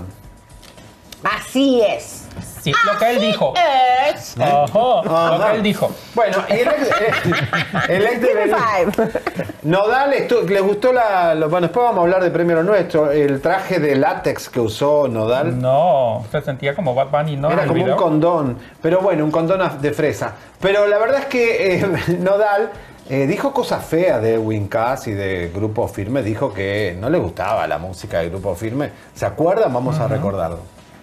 Así es. Sí, lo que él dijo. Lo que él dijo. Bueno, y el ex de Belinda. Nodal, ¿les gustó bueno, después vamos a hablar de Premio Lo Nuestro, el traje de látex que usó Nodal? No, se sentía como Bad Bunny, ¿no? Era como un condón, pero bueno, un condón de fresa. Pero la verdad es que Nodal Dijo cosas feas de Edwin Cass y de Grupo Firme. Dijo que no le gustaba la música de Grupo Firme. ¿Se acuerdan? Vamos a recordarlo.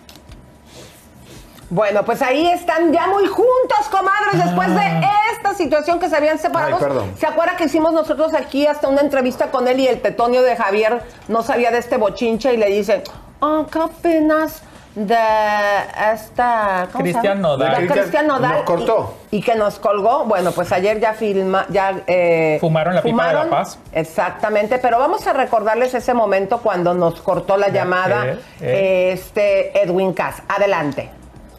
Bueno, pues ahí están ya muy juntos, comadres, después de esta situación que se habían separado. Ay, perdón. ¿Se acuerda que hicimos nosotros aquí hasta una entrevista con él y el tetonio de Javier no sabía de este bochinche y le dice, ¿qué opinas de esta... Cristian Nodal. Cristian Nodal. Nos cortó. Y que nos colgó. Bueno, pues ayer ya fumaron la pipa de la paz. Exactamente, pero vamos a recordarles ese momento cuando nos cortó la llamada Edwin Cass. Adelante.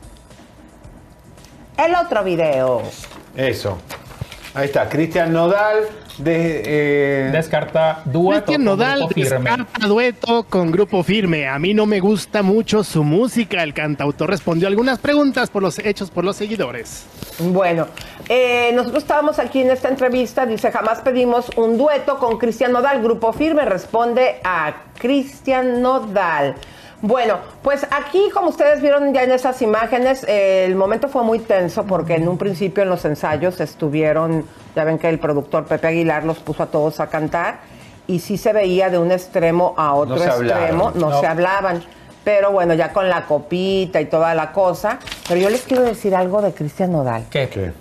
El otro video. Eso. Ahí está, Cristian Nodal descarta dueto. Cristian Nodal descarta dueto con Grupo Firme. A mí no me gusta mucho su música. El cantautor respondió algunas preguntas por los hechos por los seguidores. Bueno, nosotros estábamos aquí en esta entrevista. Dice, jamás pedimos un dueto con Cristian Nodal. Grupo Firme responde a Cristian Nodal. Bueno, pues aquí, como ustedes vieron ya en esas imágenes, el momento fue muy tenso porque en un principio en los ensayos estuvieron, ya ven que el productor Pepe Aguilar los puso a todos a cantar y sí se veía de un extremo a otro extremo, no se hablaban. Pero bueno, ya con la copita y toda la cosa. Pero yo les quiero decir algo de Cristian Nodal. ¿Qué?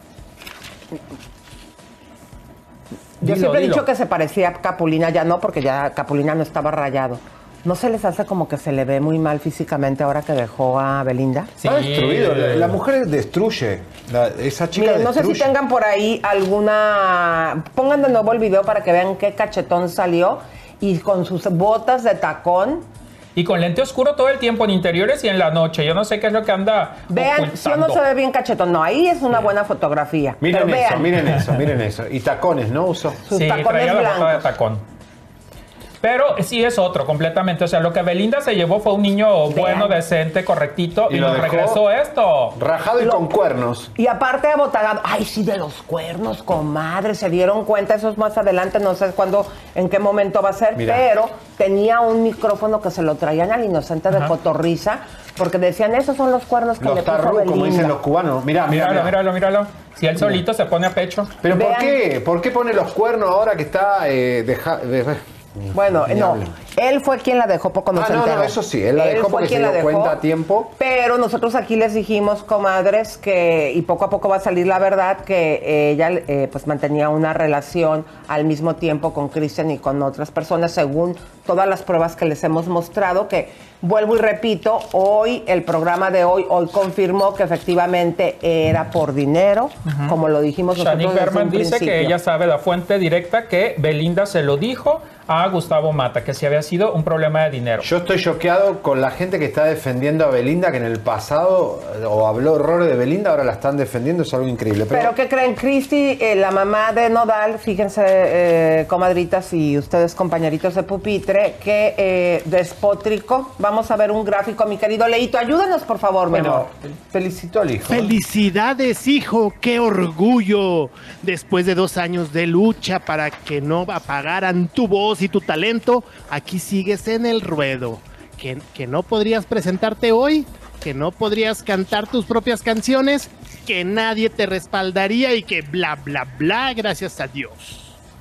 Yo siempre he dicho que se parecía a Capulina, ya no, porque ya Capulina no estaba rayado. ¿No se les hace como que se le ve muy mal físicamente ahora que dejó a Belinda? Sí. Está destruido. La mujer destruye. Esa chica Miren, no destruye. sé si tengan por ahí alguna... Pongan de nuevo el video para que vean qué cachetón salió. Y con sus botas de tacón. Y con lente oscuro todo el tiempo en interiores y en la noche. Yo no sé qué es lo que anda Vean, si no se ve bien cachetón. No, ahí es una buena fotografía. Miren pero eso, vean. miren eso, miren eso. Y tacones, ¿no? Usó. Sus tacones traía la bota de blancos. tacón. Pero sí es otro completamente. O sea, lo que Belinda se llevó fue un niño bueno, decente, correctito. Y lo nos dejó regresó esto. Rajado y con cuernos. Y aparte abotagado. Ay, sí, de los cuernos, comadre. Se dieron cuenta, eso es más adelante, no sé cuándo, en qué momento va a ser. Mira. Pero tenía un micrófono que se lo traían al inocente de cotorriza, porque decían, esos son los cuernos que Los le puso tarru, como Belinda. dicen los cubanos. Míralo. Si él solito se pone a pecho. Pero Vean. ¿por qué? ¿Por qué pone los cuernos ahora que está Bueno, no, él fue quien la dejó poco no se enteró. No, eso sí, él la dejó porque se dio cuenta a tiempo. Pero nosotros aquí les dijimos, comadres, que, y poco a poco va a salir la verdad, que ella pues mantenía una relación al mismo tiempo con Cristian y con otras personas, según todas las pruebas que les hemos mostrado, que vuelvo y repito, hoy, el programa de hoy confirmó que efectivamente era por dinero, como lo dijimos nosotros Shanique desde Berman un dice principio. que ella sabe la fuente directa que Belinda se lo dijo a Gustavo Mata, que si había sido un problema de dinero. Yo estoy choqueado con la gente que está defendiendo a Belinda, que en el pasado o habló horrores de Belinda, ahora la están defendiendo, es algo increíble. Pero ¿qué creen? Cristi, la mamá de Nodal, fíjense, comadritas y ustedes compañeritos de pupitre, que despótrico. Vamos a ver un gráfico, mi querido Leito. Ayúdanos, por favor, mi amor. Felicito al hijo. ¡Felicidades, hijo! ¡Qué orgullo! Después de 2 años de lucha para que no apagaran tu voz y tu talento, aquí sigues en el ruedo. ¿Que no podrías presentarte hoy? ¿Que no podrías cantar tus propias canciones? ¿Que nadie te respaldaría y que bla, bla, bla, gracias a Dios?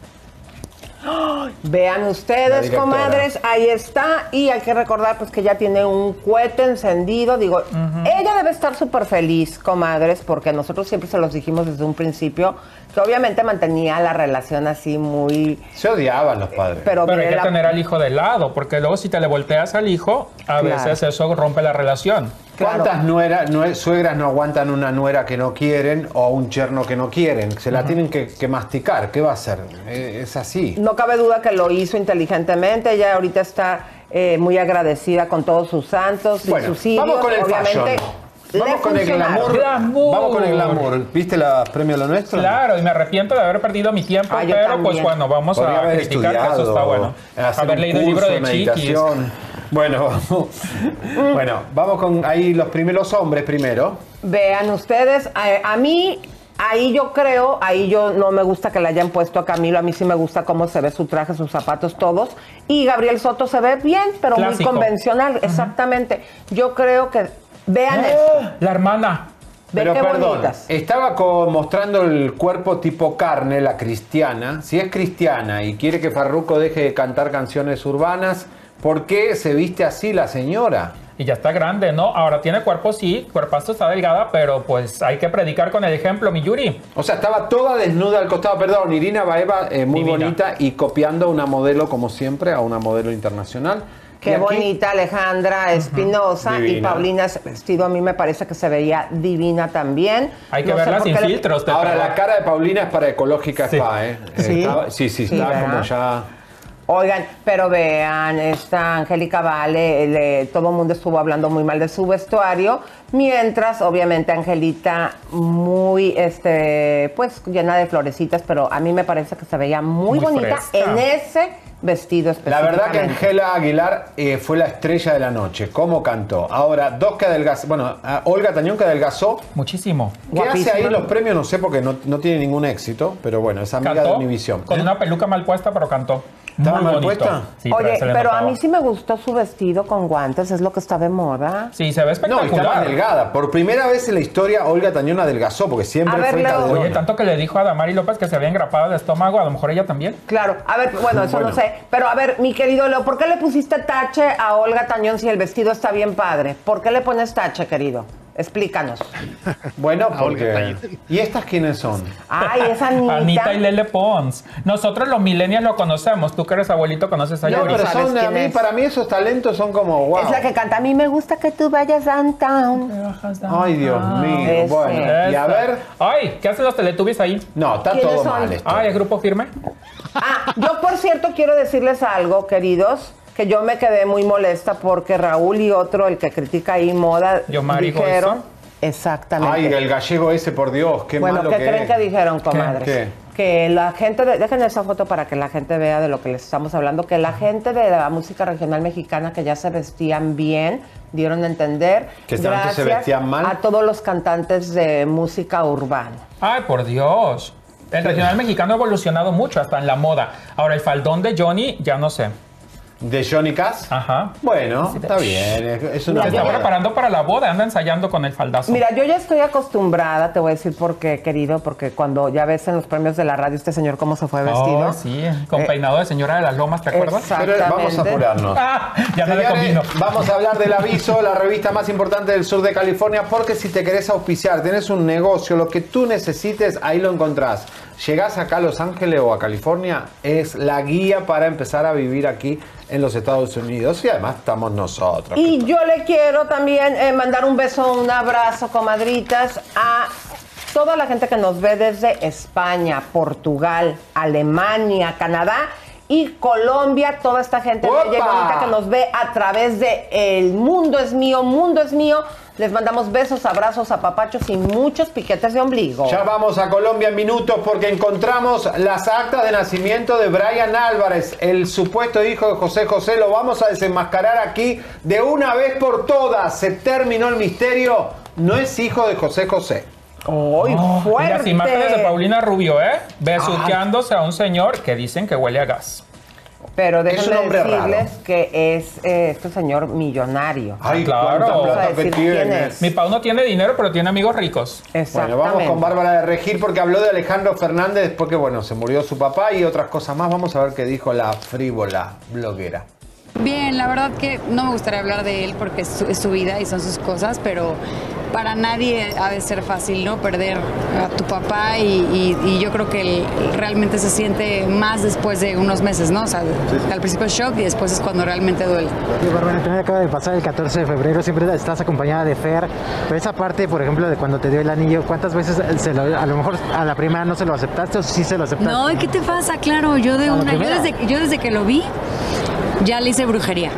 Vean ustedes, comadres, ahí está. Y hay que recordar pues que ya tiene un cohete encendido. Digo, ella debe estar súper feliz, comadres, porque nosotros siempre se los dijimos desde un principio, que obviamente mantenía la relación así muy... Se odiaban los padres. Pero hay que tener al hijo de lado, porque luego si te le volteas al hijo, a veces eso rompe la relación. ¿Cuántas suegras no aguantan una nuera que no quieren o un yerno que no quieren? Se la tienen que masticar. ¿Qué va a hacer? Es así. No cabe duda que lo hizo inteligentemente. Ella ahorita está muy agradecida con todos sus santos y sus hijos. Vamos con el fashion. Vamos con el glamour. Vamos con el glamour. ¿Viste la premio Lo Nuestro? Claro, y me arrepento de haber perdido mi tiempo, pero también. pues bueno, vamos Podría a haber criticar que eso está bueno. Haber leído el libro de Chiquis. Bueno, vamos con ahí los primeros hombres primero. Vean ustedes, a mí, ahí yo no me gusta que le hayan puesto a Camilo, a mí sí me gusta cómo se ve su traje, sus zapatos, todos. Y Gabriel Soto se ve bien, pero clásico. muy convencional, exactamente. Yo creo que, vean eso. La hermana. Pero qué perdón, bonitas. estaba mostrando el cuerpo tipo carne, la cristiana. Si es cristiana y quiere que Farruko deje de cantar canciones urbanas, ¿por qué se viste así la señora? Y ya está grande, ¿no? Ahora tiene cuerpo, sí, cuerpazo, está delgada, pero pues hay que predicar con el ejemplo, mi Yuri. O sea, estaba toda desnuda al costado. Perdón, Irina Baeva, muy Divina. bonita y copiando a una modelo, como siempre, a una modelo internacional. Qué Y aquí- bonita Alejandra Espinosa y Divina. Paulina, ese vestido a mí me parece que se veía divina también. Hay que No sé verla por sin qué le- filtros. de Ahora, verdad. la cara de Paulina es para Ecológica Sí. Spa, ¿eh? ¿Sí? Sí, Sí, está ¿verdad? como ya... Oigan, pero vean, esta Angélica Vale, todo el mundo estuvo hablando muy mal de su vestuario, mientras obviamente Angelita muy, pues llena de florecitas, pero a mí me parece que se veía muy bonita fresca. en ese vestido La verdad que específicamente. Angela Aguilar fue la estrella de la noche. ¿Cómo cantó? Ahora, dos que adelgazó. Bueno, Olga Tañón que adelgazó. Muchísimo. ¿Qué hace Guapísima. ahí en los premios? No sé porque no tiene ningún éxito. Pero bueno, es amiga de Cantó Univisión. con una peluca mal puesta, pero cantó. ¿Estaba Muy mal bonito. puesta? Sí, Oye, se le pero a notaba. mí sí me gustó su vestido con guantes, es lo que está de moda. Sí, se ve No, espectacular. estaba delgada. Por primera vez en la historia, Olga Tañón adelgazó porque siempre A ver, fue Leo. caderona. Oye, tanto que le dijo a Damari López que se había engrapado de estómago, a lo mejor ella también. Claro, a ver, bueno, eso Bueno. no sé. Pero a ver, mi querido Leo, ¿por qué le pusiste tache a Olga Tañón si el vestido está bien padre? ¿Por qué le pones tache, querido? Explícanos. Bueno, A Olga porque... Tañón. ¿Y estas quiénes son? Ay, esa Anita. Anita y Lele Pons. Nosotros los millennials lo conocemos. Tú que eres abuelito conoces a No, Yuri. pero ¿sabes son, quién es? para mí esos talentos son como wow. Es la que canta. A mí me gusta que tú vayas downtown. Ay, Dios mío. Ese. Bueno, y a Esa. ver... Ay, ¿qué hacen los Teletubbies ahí? No, está ¿Quiénes todo son? mal esto. Ay, ¿es grupo firme? Ah, yo por cierto quiero decirles algo, queridos, que yo me quedé muy molesta porque Raúl y otro, el que critica ahí moda, Yomari dijeron... Goizo. Exactamente. Ay, el gallego ese, por Dios, qué Bueno, malo ¿qué que creen es. que dijeron, comadres? ¿Qué? Que la gente, dejen esa foto para que la gente vea de lo que les estamos hablando, que la gente de la música regional mexicana que ya se vestían bien, dieron a entender, Que antes se gracias vestían mal. a todos los cantantes de música urbana. Ay, por Dios. El regional mexicano ha evolucionado mucho, hasta en la moda. Ahora, el faldón de Johnny, ya no sé. ¿De Johnny Cass? Ajá. Bueno, está bien. Es una Se está moda. preparando para la boda, anda ensayando con el faldazo. Mira, yo ya estoy acostumbrada, te voy a decir por qué, querido, porque cuando ya ves en los premios de la radio este señor cómo se fue vestido. Oh, sí, con peinado de señora de las Lomas, ¿te acuerdas? Pero vamos a apurarnos. Ah, ya no le Señores, convino. vamos a hablar del Aviso, la revista más importante del sur de California, porque si te querés auspiciar, tenés un negocio, lo que tú necesites, ahí lo encontrás. Llegás acá a Los Ángeles o a California, es la guía para empezar a vivir aquí en los Estados Unidos. Y además estamos nosotros. Y yo le quiero también mandar un beso, un abrazo, comadritas, a toda la gente que nos ve desde España, Portugal, Alemania, Canadá y Colombia. Toda esta gente bella y ¡Opa! bonita que nos ve a través de El Mundo es Mío, Mundo es Mío. Les mandamos besos, abrazos, apapachos y muchos piquetes de ombligo. Ya vamos a Colombia en minutos porque encontramos las actas de nacimiento de Brian Álvarez, el supuesto hijo de José José. Lo vamos a desenmascarar aquí de una vez por todas. Se terminó el misterio. No es hijo de José José. ¡Ay, Y fuerte! las imágenes de Paulina Rubio, besuqueándose a un señor que dicen que huele a gas. Pero Es un déjenme hombre decirles que es este señor millonario. Ay, claro. cuánta Vamos plata a que decir quién tiene. es. Mi Pau no tiene dinero, pero tiene amigos ricos. Bueno, Exactamente. vamos con Bárbara de Regil porque habló de Alejandro Fernández después que, bueno, se murió su papá y otras cosas más. Vamos a ver qué dijo la frívola bloguera. Bien, la verdad que no me gustaría hablar de él porque es su vida y son sus cosas, pero para nadie ha de ser fácil, ¿no? Perder a tu papá y yo creo que realmente se siente más después de unos meses, ¿no? O sea, al principio es shock y después es cuando realmente duele. Bárbara, también acaba de pasar el 14 de febrero, siempre estás acompañada de Fer, pero esa parte, por ejemplo, de cuando te dio el anillo, ¿cuántas veces a lo mejor a la primera no se lo aceptaste o sí se lo aceptaste? No, ¿qué te pasa? Claro, yo desde que lo vi, ya le hice brujería.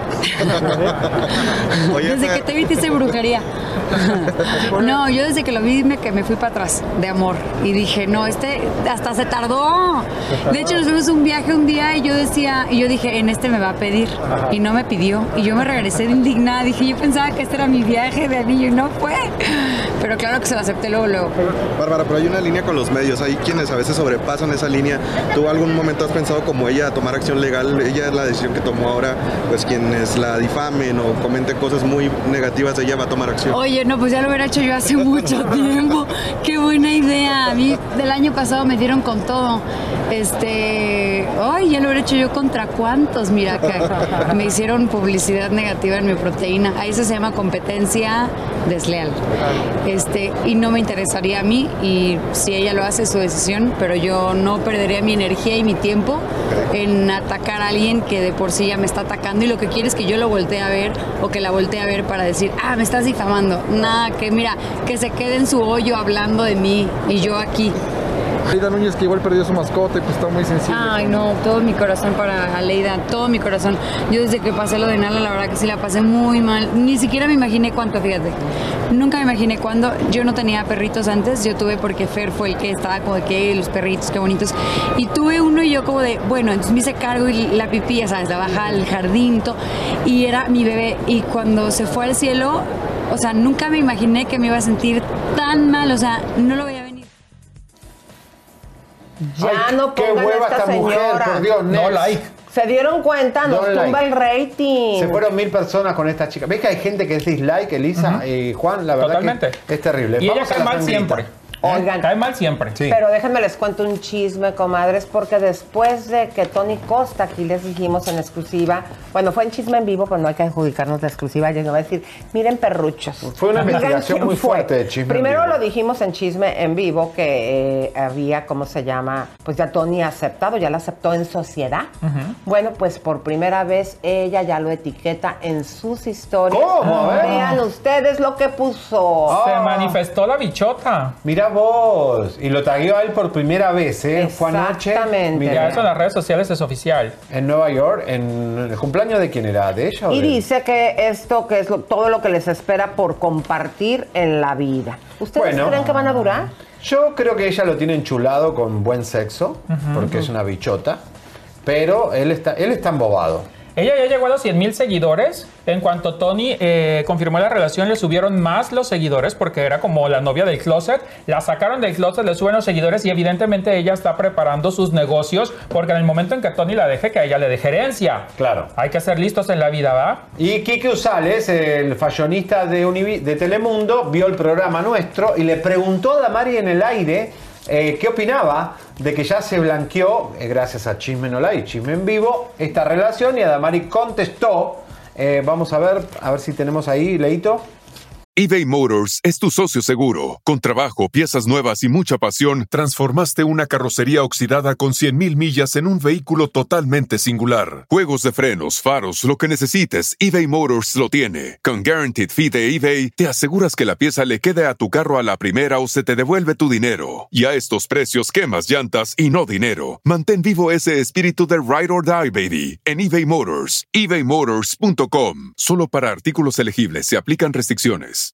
Desde que te vi te hice brujería. No, yo desde que lo vi que me fui para atrás de amor y dije, no, hasta se tardó. De hecho, nos fuimos un viaje un día y yo dije, en este me va a pedir y no me pidió y yo me regresé indignada. Dije, yo pensaba que este era mi viaje de anillo y no fue. Pero claro que se la acepté luego. Bárbara, pero hay una línea con los medios, hay quienes a veces sobrepasan esa línea. ¿Tú algún momento has pensado como ella tomar acción legal? Ella es la decisión que tomó ahora, pues quienes la difamen o comenten cosas muy negativas, ella va a tomar acción. Oye, no, pues ya lo hubiera hecho yo hace mucho tiempo. Qué buena idea. A mí del año pasado me dieron con todo. Ay, ya lo hubiera hecho yo contra cuántos. Mira, que me hicieron publicidad negativa en mi proteína. Ahí eso se llama competencia desleal. Y no me interesaría a mí, y si ella lo hace es su decisión, pero yo no perdería mi energía y mi tiempo en atacar a alguien que de por sí ya me está atacando y lo que quiere es que yo lo voltee a ver o que la voltee a ver para decir, me estás difamando. Nada, que mira, que se quede en su hoyo hablando de mí y yo aquí. Aleida Núñez, que igual perdió su mascota y pues está muy sensible. Ay, no, todo mi corazón para Aleida, todo mi corazón. Yo desde que pasé lo de Nala, la verdad que sí la pasé muy mal. Ni siquiera me imaginé cuánto, fíjate. Nunca me imaginé cuándo. Yo no tenía perritos antes, yo tuve porque Fer fue el que estaba como de que los perritos, qué bonitos. Y tuve uno y yo como de, bueno, entonces me hice cargo y la pipí, ya sabes, la baja al jardín, todo, y era mi bebé. Y cuando se fue al cielo, o sea, nunca me imaginé que me iba a sentir tan mal, o sea, no lo veía venir. Ya no qué pongan hueva esta esta mujer, señora. por Dios, No next. like. Se dieron cuenta, nos No tumba like. el rating. Se fueron 1000 personas con esta chica. ¿Ves que hay gente que es dislike, Elisa? Juan, la verdad Totalmente. que es terrible. Y ella Vamos a cae la mal sangrita. siempre. Oigan. Cae mal siempre. Pero déjenme les cuento un chisme, comadres, porque después de que Tony Costa, aquí les dijimos en exclusiva, bueno, fue en Chisme en Vivo, pero no hay que adjudicarnos la exclusiva, yo no voy a decir, miren perruchos. Fue una Digan investigación quién muy fue. fuerte de Chisme en Primero Vivo. lo dijimos en Chisme en Vivo, que había, ¿cómo se llama? Pues ya Tony aceptado, ya la aceptó en sociedad. Bueno, pues por primera vez ella ya lo etiqueta en sus historias. ¿Cómo? A ver. Vean ustedes lo que puso. Se manifestó la bichota. Mira vos. Y lo tagueó a él por primera vez, ¿eh? Fue anoche. Exactamente. Ya eso en las redes sociales es oficial. En Nueva York, en el cumpleaños de quién era, ¿de ella o Y de él? dice que esto, que es todo lo que les espera por compartir en la vida. ¿Ustedes Bueno. creen que van a durar? Yo creo que ella lo tiene enchulado con buen sexo, porque es una bichota, pero él está embobado. Ella ya llegó a los 100,000 seguidores. En cuanto Tony confirmó la relación, le subieron más los seguidores porque era como la novia del closet. La sacaron del closet, le suben los seguidores y evidentemente ella está preparando sus negocios porque en el momento en que Tony la deje, que a ella le deje herencia. Claro. Hay que ser listos en la vida, ¿va? Y Quique Usales, el fashionista de Telemundo, vio el programa nuestro y le preguntó a Damari en el aire qué opinaba de que ya se blanqueó, gracias a Chisme No Like y Chisme en Vivo, esta relación, y Adamari contestó. Vamos a ver si tenemos ahí, Leito. eBay Motors es tu socio seguro. Con trabajo, piezas nuevas y mucha pasión, transformaste una carrocería oxidada con 100,000 millas en un vehículo totalmente singular. Juegos de frenos, faros, lo que necesites, eBay Motors lo tiene. Con Guaranteed Fee de eBay, te aseguras que la pieza le quede a tu carro a la primera o se te devuelve tu dinero. Y a estos precios, quemas llantas y no dinero. Mantén vivo ese espíritu de Ride or Die, baby, en eBay Motors. ebaymotors.com. Solo para artículos elegibles se aplican restricciones.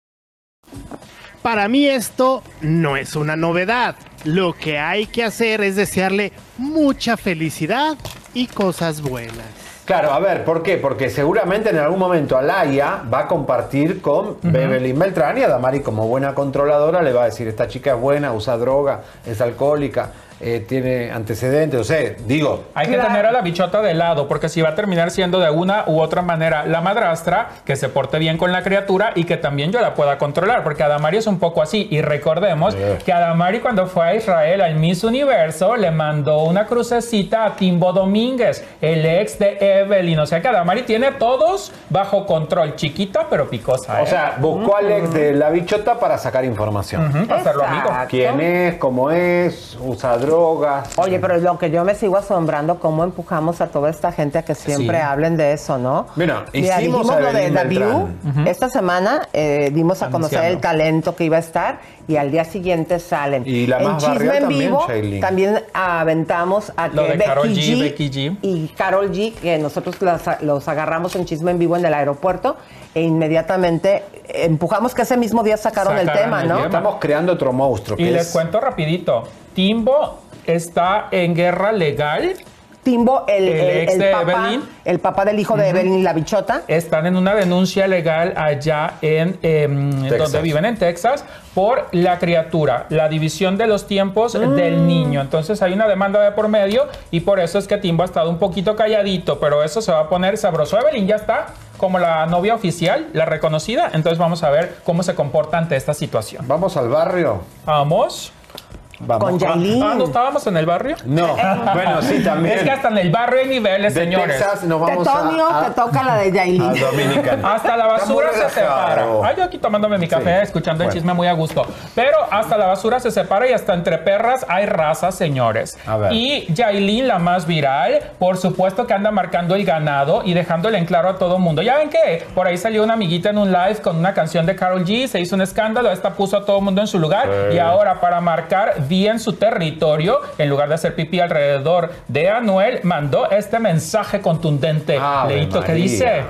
Para mí esto no es una novedad. Lo que hay que hacer es desearle mucha felicidad y cosas buenas. Claro, a ver, ¿por qué? Porque seguramente en algún momento Alaya va a compartir con Bebelín Beltrán y a Damari, como buena controladora, le va a decir, esta chica es buena, usa droga, es alcohólica, tiene antecedentes, o sea, digo... Hay que tener a la bichota de lado, porque si va a terminar siendo de una u otra manera la madrastra, que se porte bien con la criatura y que también yo la pueda controlar, porque Adamari es un poco así. Y recordemos que Adamari, cuando fue a Israel al Miss Universo, le mandó una crucecita a Timbo Domínguez, el ex de Evelyn. O sea que Adamari tiene todos bajo control, chiquita pero picosa. O sea, buscó al ex de la bichota para sacar información. Para hacerlo amigo. ¿Quién es? ¿Cómo es? ¿Usa drogas? Oye, pero lo que yo me sigo asombrando, cómo empujamos a toda esta gente a que siempre hablen de eso, ¿no? Mira, Mira, hicimos dijimos a lo de Evelyn The View. Beltrán. Esta semana dimos a conocer el talento que iba a estar y al día siguiente salen. Y la en más Chisme barrial en también, Vivo Shailene. también aventamos a Lo que de Karol G, Becky G y Karol G, que nosotros los agarramos en Chisme en Vivo en el aeropuerto e inmediatamente empujamos que ese mismo día sacaron el tema, ¿no? Estamos creando otro monstruo. Y que les es... cuento rapidito, Timbo está en guerra legal Timbo, ex de Evelyn. El papá del hijo de Evelyn y la bichota. Están en una denuncia legal allá en donde viven en Texas por la criatura, la división de los tiempos del niño. Entonces hay una demanda de por medio y por eso es que Timbo ha estado un poquito calladito, pero eso se va a poner sabroso. Evelyn ya está como la novia oficial, la reconocida. Entonces vamos a ver cómo se comporta ante esta situación. ¿Vamos al barrio? Vamos. Con Yailin. ¿No estábamos en el barrio? No, bueno, sí, también. Es que hasta en el barrio hay niveles, de señores. Texas nos vamos Tetonio, te toca la de Yailin. Hasta la basura se separa. Ay, yo aquí tomándome mi café, escuchando el chisme muy a gusto. Pero hasta la basura se separa y hasta entre perras hay razas, señores. A ver. Y Yailin, la más viral, por supuesto que anda marcando el ganado y dejándole en claro a todo el mundo. ¿Ya ven qué? Por ahí salió una amiguita en un live con una canción de Karol G, se hizo un escándalo, esta puso a todo el mundo en su lugar y ahora para marcar bien su territorio, en lugar de hacer pipí alrededor de Anuel, mandó este mensaje contundente. Leíto, que dice: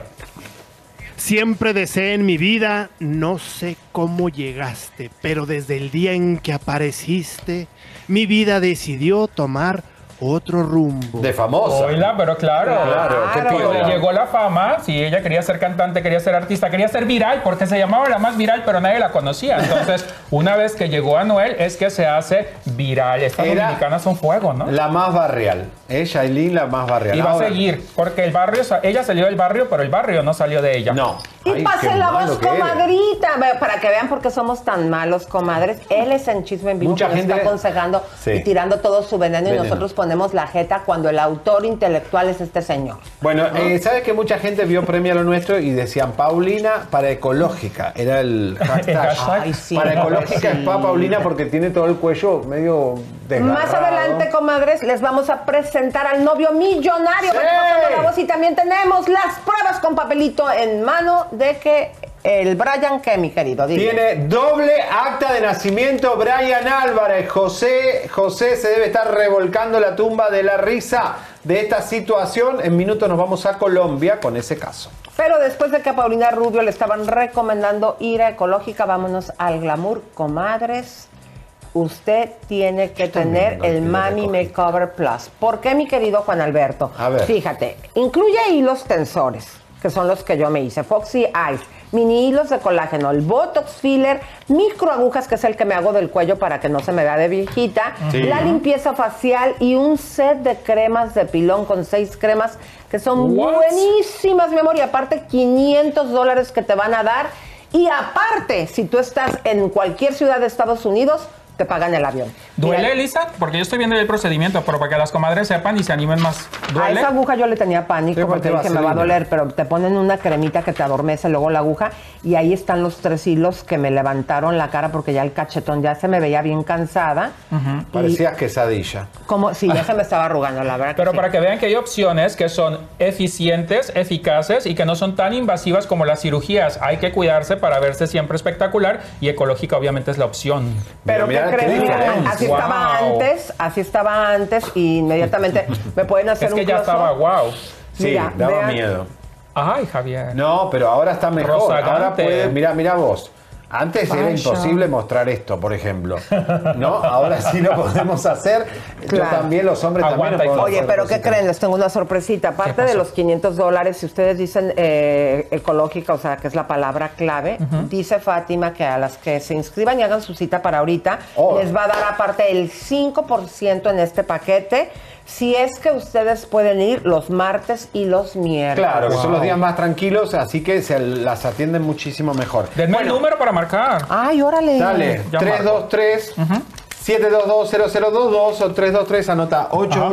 siempre deseé en mi vida, no sé cómo llegaste, pero desde el día en que apareciste, mi vida decidió tomar otro rumbo. De famosa. Oila, pero claro. ¿Qué pido? Le llegó la fama. Si ella quería ser cantante, quería ser artista, quería ser viral, porque se llamaba la más viral, pero nadie la conocía. Entonces, una vez que llegó Anuel, es que se hace viral. Estas dominicanas son fuego, ¿no? La más barrial. Yailin, la más barrial. Y va a seguir, porque el barrio, ella salió del barrio, pero el barrio no salió de ella. No. Y pase la voz, comadrita, para que vean por qué somos tan malos, comadres. Él es en Chisme en Vivo, Mucha que nos gente está aconsejando y tirando todo su veneno, y nosotros ponemos la jeta cuando el autor intelectual es este señor. Bueno, ¿sabes que mucha gente vio Premio a lo Nuestro y decían Paulina para ecológica? Era el hashtag. Ay, sí, para ecológica es para Paulina porque tiene todo el cuello medio desgarrado. Más adelante, comadres, les vamos a presentar al novio millonario. La voz, y también tenemos las pruebas con papelito en mano de que el Brian, ¿qué, mi querido? Dime. Tiene doble acta de nacimiento Brian Álvarez. José se debe estar revolcando la tumba de la risa de esta situación. En minutos nos vamos a Colombia con ese caso. Pero después de que a Paulina Rubio le estaban recomendando ir a Ecológica, vámonos al glamour, comadres. Usted tiene que tener el Mami Makeover Plus. ¿Por qué, mi querido Juan Alberto? A ver. Fíjate, incluye hilos tensores, que son los que yo me hice, Foxy Eyes, mini hilos de colágeno, el Botox Filler, microagujas, que es el que me hago del cuello para que no se me vea de viejita, la limpieza facial y un set de cremas de pilón con 6 cremas que son buenísimas, mi amor, y aparte $500 que te van a dar. Y aparte, si tú estás en cualquier ciudad de Estados Unidos, te pagan el avión. ¿Duele, Elisa? Porque yo estoy viendo el procedimiento, pero para que las comadres sepan y se animen más. ¿Duele? A esa aguja yo le tenía pánico porque dije, me va a doler, pero te ponen una cremita que te adormece luego la aguja y ahí están los 3 hilos que me levantaron la cara porque ya el cachetón ya se me veía bien cansada. Parecías quesadilla. Como sí, ya se me estaba arrugando, la verdad. Pero para que vean que hay opciones que son eficientes, eficaces y que no son tan invasivas como las cirugías. Hay que cuidarse para verse siempre espectacular y Ecológica obviamente es la opción. Pero ¿qué crees? Así estaba antes y inmediatamente me pueden hacer un close-up. Es que ya estaba guau. Sí, mira, daba miedo. Ay, Javier. No, pero ahora está mejor. Rozagante. Ahora puedes, mira vos. Antes era imposible mostrar esto, por ejemplo. ¿No? Ahora sí lo podemos hacer. Yo también, los hombres también lo podemos hacer. Oye, pero ¿qué creen? Les tengo una sorpresita. Aparte de los $500, si ustedes dicen Ecológica, o sea, que es la palabra clave, dice Fátima que a las que se inscriban y hagan su cita para ahorita, les va a dar aparte el 5% en este paquete, si es que ustedes pueden ir los martes y los miércoles. Claro, que son los días más tranquilos, así que se las atienden muchísimo mejor. Denme el número para marcar. Ay, órale. Dale, 323 722-0022 o 323, anota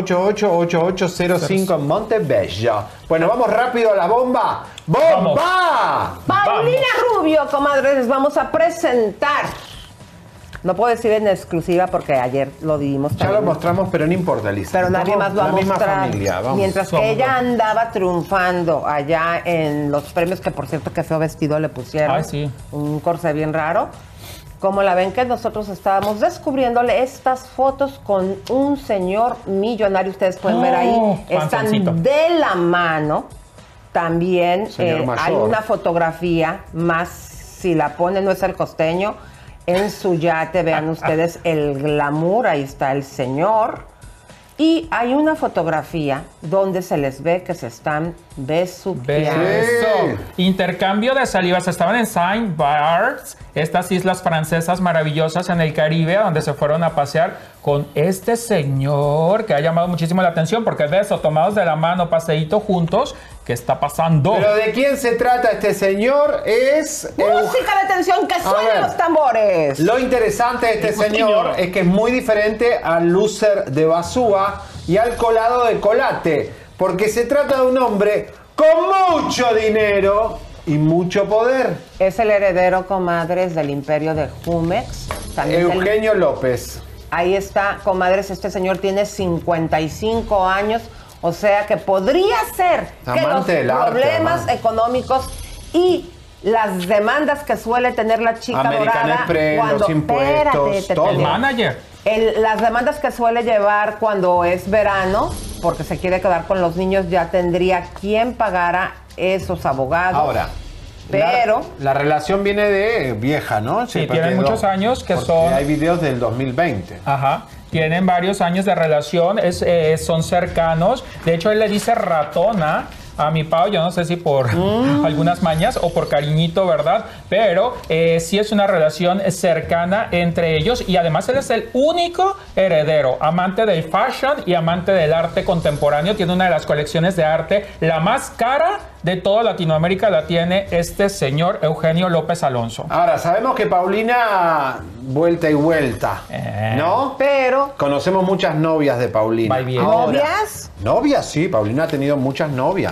888-8805 Montebello. Bueno, vamos rápido a la bomba. ¡Bomba! Paulina Rubio, comadres, les vamos a presentar. No puedo decir en exclusiva porque ayer lo dimos también. Ya lo mostramos, pero no importa, Lisa. Pero nadie más lo ha mostrado. Familia, vamos. Mientras que ella andaba triunfando allá en los premios, que por cierto, qué feo vestido le pusieron. Ay, sí. Un corsé bien raro. Como la ven que nosotros estábamos descubriéndole estas fotos con un señor millonario. Ustedes pueden ver ahí. Están de la mano. También hay una fotografía más, si la ponen, no es el costeño. En su yate, vean ustedes el glamour, ahí está el señor. Y hay una fotografía donde se les ve que se están besuqueando. Beso. Intercambio de salivas. Estaban en Saint Barts, estas islas francesas maravillosas en el Caribe, donde se fueron a pasear con este señor que ha llamado muchísimo la atención, porque beso, tomados de la mano, paseíto juntos. ¿Qué está pasando? Pero ¿de quién se trata este señor? Es... ¡Música de tensión, que suenen los tambores! Lo interesante de este señor es que es muy diferente al loser de Basúa y al colado de Colate, porque se trata de un hombre con mucho dinero y mucho poder. Es el heredero, comadres, del imperio de Jumex. Eugenio López. Ahí está, comadres, este señor tiene 55 años, o sea que podría ser que los problemas económicos y las demandas que suele tener la chica American dorada Express, cuando los impuestos, todo. El manager. Las demandas que suele llevar cuando es verano, porque se quiere quedar con los niños, ya tendría quien pagara esos abogados. Ahora, pero la relación viene de vieja, ¿no? Sí, tienen muchos años que son... Hay videos del 2020. Ajá. Tienen varios años de relación, son cercanos. De hecho, él le dice ratona a mi Pau, yo no sé si por algunas mañas o por cariñito, ¿verdad? Pero sí es una relación cercana entre ellos, y además él es el único heredero, amante del fashion y amante del arte contemporáneo. Tiene una de las colecciones de arte, la más cara de toda Latinoamérica, la tiene este señor Eugenio López Alonso. Ahora, sabemos que Paulina vuelta y vuelta, ¿no? Pero conocemos muchas novias de Paulina. ¿Novias? Novias, sí, Paulina ha tenido muchas novias.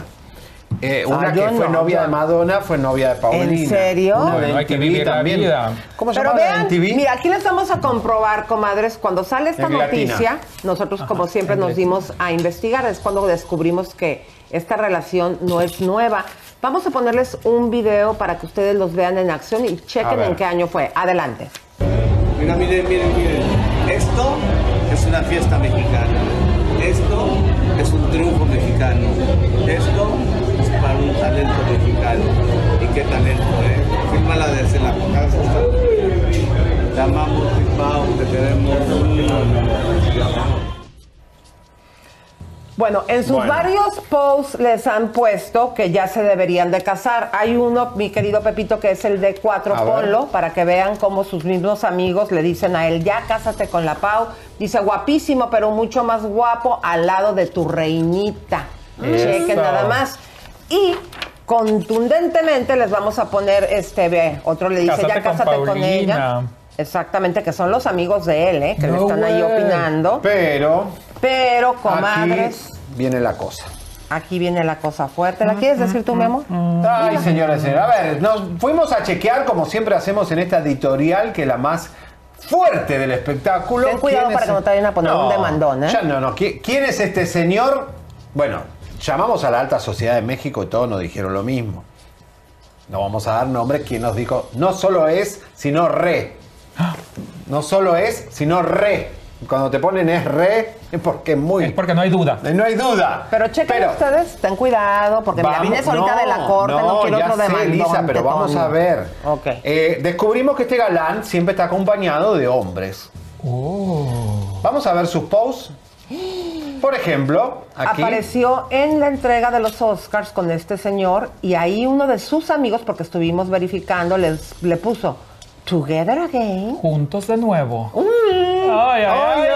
Una que fue novia de Madonna fue novia de Paulina. ¿En serio? Una de Bueno, hay que MTV vivir la también. vida. ¿Cómo se Pero llama? vean, MTV. mira, aquí les vamos a comprobar, comadres, cuando sale esta En Latina. noticia, nosotros como siempre nos dimos a investigar, es cuando descubrimos que esta relación no es nueva. Vamos a ponerles un video para que ustedes los vean en acción y chequen en qué año fue. Adelante. Mira, miren. Esto es una fiesta mexicana. Esto es un triunfo mexicano. Esto es para un talento mexicano. ¿Y qué talento, Fírmala desde la casa. Te amamos, Pau, te queremos. Bueno, en sus varios posts les han puesto que ya se deberían de casar. Hay uno, mi querido Pepito, que es el de 4, ponlo, para que vean cómo sus mismos amigos le dicen a él, ya cásate con la Pau. Dice, guapísimo, pero mucho más guapo al lado de tu reinita. Chequen nada más. Y contundentemente les vamos a poner otro le dice, ya cásate con ella. Exactamente, que son los amigos de él, que le están ahí opinando. Pero, comadres, aquí viene la cosa. Aquí viene la cosa fuerte. ¿La quieres decir tú, Memo? Ay, señores. A ver, nos fuimos a chequear, como siempre hacemos en esta editorial, que la más fuerte del espectáculo. Ten cuidado para que no te vayan a poner un demandón, Ya no. ¿Quién es este señor? Bueno, llamamos a la alta sociedad de México y todos nos dijeron lo mismo. No vamos a dar nombre. ¿Quién nos dijo? No solo es, sino re. No solo es, sino re. Cuando te ponen es re, es porque no hay duda. No hay duda. Pero chequen ustedes, ten cuidado, porque mira, vienes ahorita de la corte, no quiero otro demandón. Elisa, pero vamos a ver. Descubrimos que este galán siempre está acompañado de hombres. Vamos a ver sus posts. Por ejemplo, aquí apareció en la entrega de los Oscars con este señor y ahí uno de sus amigos, porque estuvimos verificando, le puso Together Again. Juntos de nuevo. Ay.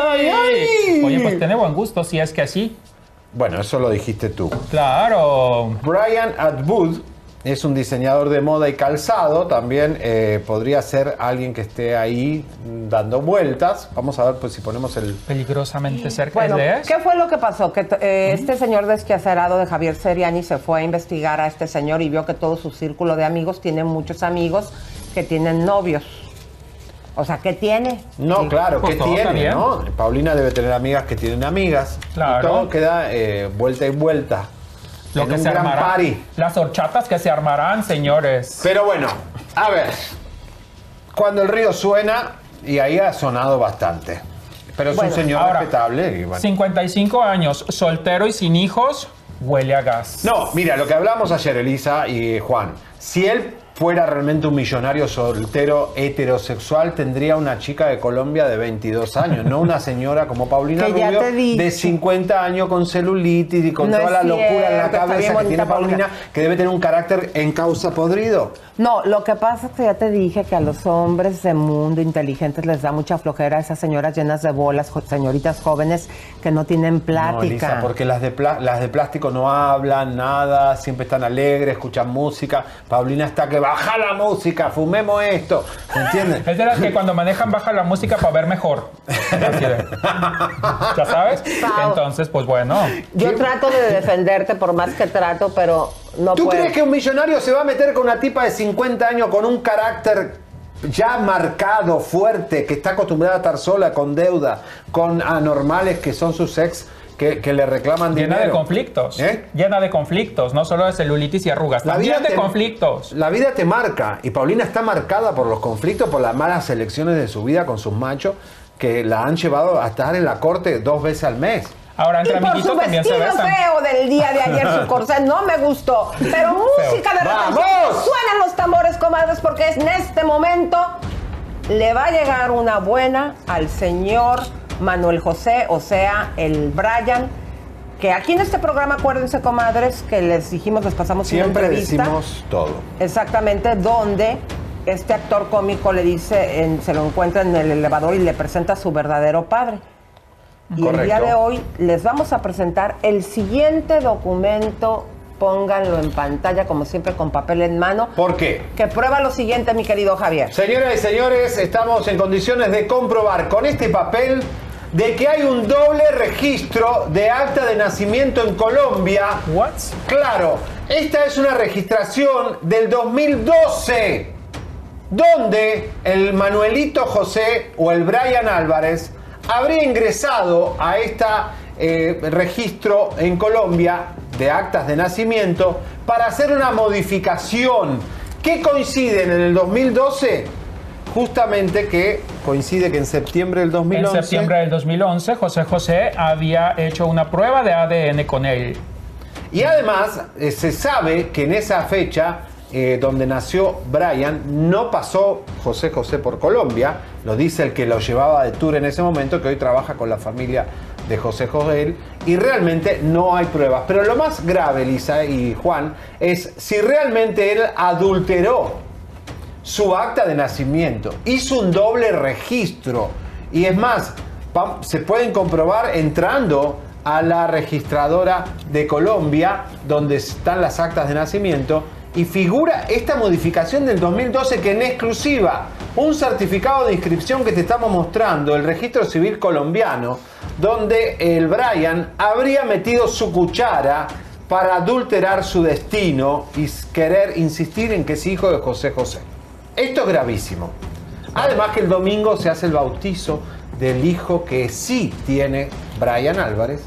Oye, pues tiene buen gusto, si es que así. Bueno, eso lo dijiste tú. Claro. Brian Atwood es un diseñador de moda y calzado. También podría ser alguien que esté ahí dando vueltas. Vamos a ver pues si ponemos el... Peligrosamente cerca. Bueno, ¿qué fue lo que pasó? Que este señor desquacerado de Javier Seriani se fue a investigar a este señor y vio que todo su círculo de amigos tiene muchos amigos que tienen novios. O sea, ¿qué tiene? No, Sí. claro, Pues ¿qué todo está tiene? bien. ¿No? Paulina debe tener amigas que tienen amigas. Claro. Y todo queda vuelta y vuelta. Lo en que un se gran armará. party. Las horchatas que se armarán, señores. Pero bueno, a ver. Cuando el río suena, y ahí ha sonado bastante. Pero es un señor respetable. Y bueno. 55 años, soltero y sin hijos, huele a gas. No, mira, lo que hablamos ayer, Elisa y Juan. Si él fuera realmente un millonario soltero heterosexual, tendría una chica de Colombia de 22 años, no una señora como Paulina Rubio de 50 años con celulitis y con toda la locura en la cabeza que tiene Paulina, que debe tener un carácter en causa podrido. No, lo que pasa es que ya te dije que a los hombres de mundo inteligentes les da mucha flojera a esas señoras llenas de bolas, señoritas jóvenes que no tienen plática. No, Elisa, porque las de plástico no hablan nada, siempre están alegres, escuchan música. Paulina está que baja la música, fumemos esto, ¿me entiendes? Es de las que cuando manejan baja la música para ver mejor. ¿Ya sabes? Pau. Entonces, pues bueno. Yo trato de defenderte por más que trato, pero no ¿Tú puedo. crees que un millonario se va a meter con una tipa de 50 años con un carácter ya marcado, fuerte, que está acostumbrada a estar sola, con deuda, con anormales que son sus ex, que le reclaman dinero? Llena de conflictos. Llena de conflictos, no solo de celulitis y arrugas, también de conflictos. La vida te marca, y Paulina está marcada por los conflictos, por las malas elecciones de su vida con sus machos, que la han llevado a estar en la corte 2 veces al mes. Ahora, entre Y por su amiguitos también se vestido besan. feo del día de ayer, su corsé, no me gustó. Pero música de retención. ¡Vamos! Suenan los tambores, comadres, porque en este momento le va a llegar una buena al señor Manuel José, o sea, el Brian, que aquí en este programa, acuérdense, comadres, que les dijimos, les pasamos Siempre una entrevista. decimos todo. Exactamente, donde este actor cómico le dice, se lo encuentra en el elevador y le presenta a su verdadero padre. Y el día de hoy les vamos a presentar el siguiente documento. Pónganlo en pantalla, como siempre, con papel en mano. ¿Por qué? Que prueba lo siguiente, mi querido Javier. Señoras y señores, estamos en condiciones de comprobar con este papel de que hay un doble registro de acta de nacimiento en Colombia. ¿What? Claro, esta es una registración del 2012, donde el Manuelito José o el Brian Álvarez habría ingresado a este registro en Colombia de actas de nacimiento para hacer una modificación que coinciden en el 2012, justamente que coincide que en septiembre del 2011... En septiembre del 2011, José José había hecho una prueba de ADN con él. Y además se sabe que en esa fecha donde nació Brian no pasó José José por Colombia, lo dice el que lo llevaba de tour en ese momento, que hoy trabaja con la familia de José José, y realmente no hay pruebas. Pero lo más grave, Lisa y Juan, es si realmente él adulteró su acta de nacimiento, hizo un doble registro, y es más, se pueden comprobar entrando a la registradora de Colombia, donde están las actas de nacimiento, y figura esta modificación del 2012 que en exclusiva, un certificado de inscripción que te estamos mostrando, el registro civil colombiano, donde el Brian habría metido su cuchara para adulterar su destino y querer insistir en que es hijo de José José. Esto es gravísimo. Además que el domingo se hace el bautizo del hijo que sí tiene Brian Álvarez,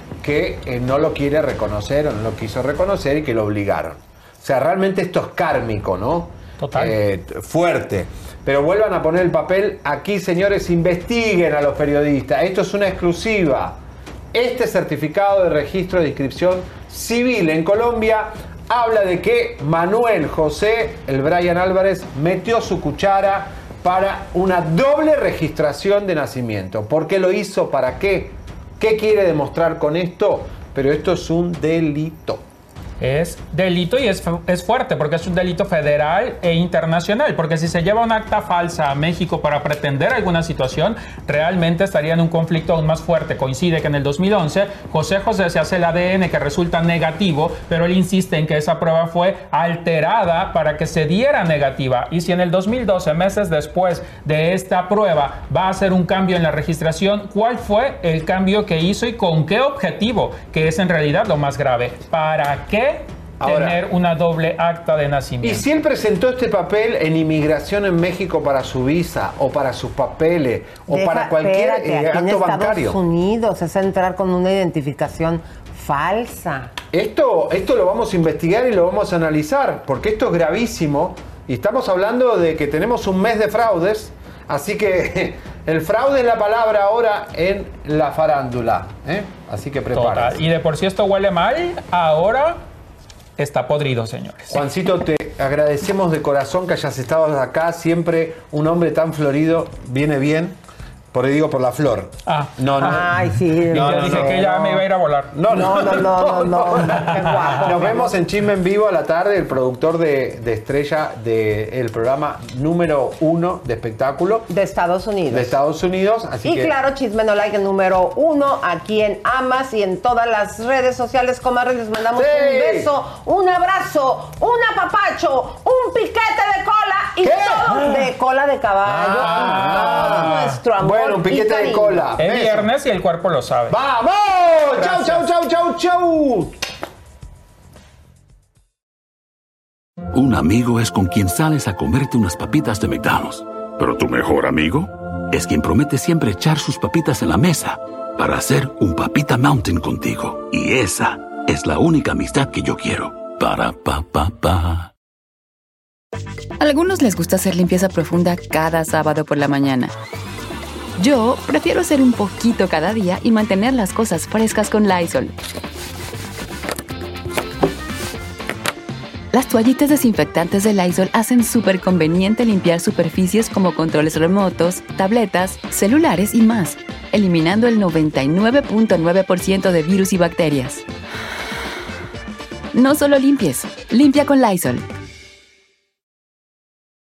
que no lo quiere reconocer o no lo quiso reconocer y que lo obligaron. O sea, realmente esto es kármico, ¿no? Total. Fuerte. Pero vuelvan a poner el papel aquí, señores, investiguen a los periodistas. Esto es una exclusiva. Este certificado de registro de inscripción civil en Colombia habla de que Manuel José, el Brian Álvarez, metió su cuchara para una doble registración de nacimiento. ¿Por qué lo hizo? ¿Para qué? ¿Qué quiere demostrar con esto? Pero esto es un delito. Es delito y es fuerte porque es un delito federal e internacional, porque si se lleva una acta falsa a México para pretender alguna situación, realmente estaría en un conflicto aún más fuerte. Coincide que en el 2011 José José se hace el ADN que resulta negativo, pero él insiste en que esa prueba fue alterada para que se diera negativa. Y si en el 2012, meses después de esta prueba, va a hacer un cambio en la registración, ¿cuál fue el cambio que hizo y con qué objetivo? Que es en realidad lo más grave. ¿Para qué tener una doble acta de nacimiento? Y si él presentó este papel en inmigración en México para su visa o para sus papeles o para cualquier aquí en acto bancario. Estados Unidos es entrar con una identificación falsa. Esto lo vamos a investigar y lo vamos a analizar, porque esto es gravísimo y estamos hablando de que tenemos un mes de fraudes, así que el fraude es la palabra ahora en la farándula, ¿eh? Así que prepárense. Total. Y de por sí esto huele mal, ahora está podrido, señores. Juancito, te agradecemos de corazón que hayas estado acá. Siempre un hombre tan florido viene bien. Por la flor. No. Ay, sí. Yo dije que ya me iba a ir a volar. No. Qué guapo. Nos vemos en Chisme en Vivo a la tarde. El productor de estrella del programa número 1 de espectáculo. De Estados Unidos. Así y que... claro, Chisme No Like, el número 1 aquí en Amas y en todas las redes sociales. Comadres, les mandamos un beso, un abrazo, un apapacho, un piquete de cola y todo de cola de caballo. Todo nuestro amor. Bueno, un piquete de cola. Es viernes y el cuerpo lo sabe. ¡Vamos! ¡Chau! Un amigo es con quien sales a comerte unas papitas de McDonald's. Pero tu mejor amigo es quien promete siempre echar sus papitas en la mesa para hacer un Papita Mountain contigo. Y esa es la única amistad que yo quiero. Para pa pa pa. A algunos les gusta hacer limpieza profunda cada sábado por la mañana. Yo prefiero hacer un poquito cada día y mantener las cosas frescas con Lysol. Las toallitas desinfectantes de Lysol hacen súper conveniente limpiar superficies como controles remotos, tabletas, celulares y más, eliminando el 99.9% de virus y bacterias. No solo limpies, limpia con Lysol.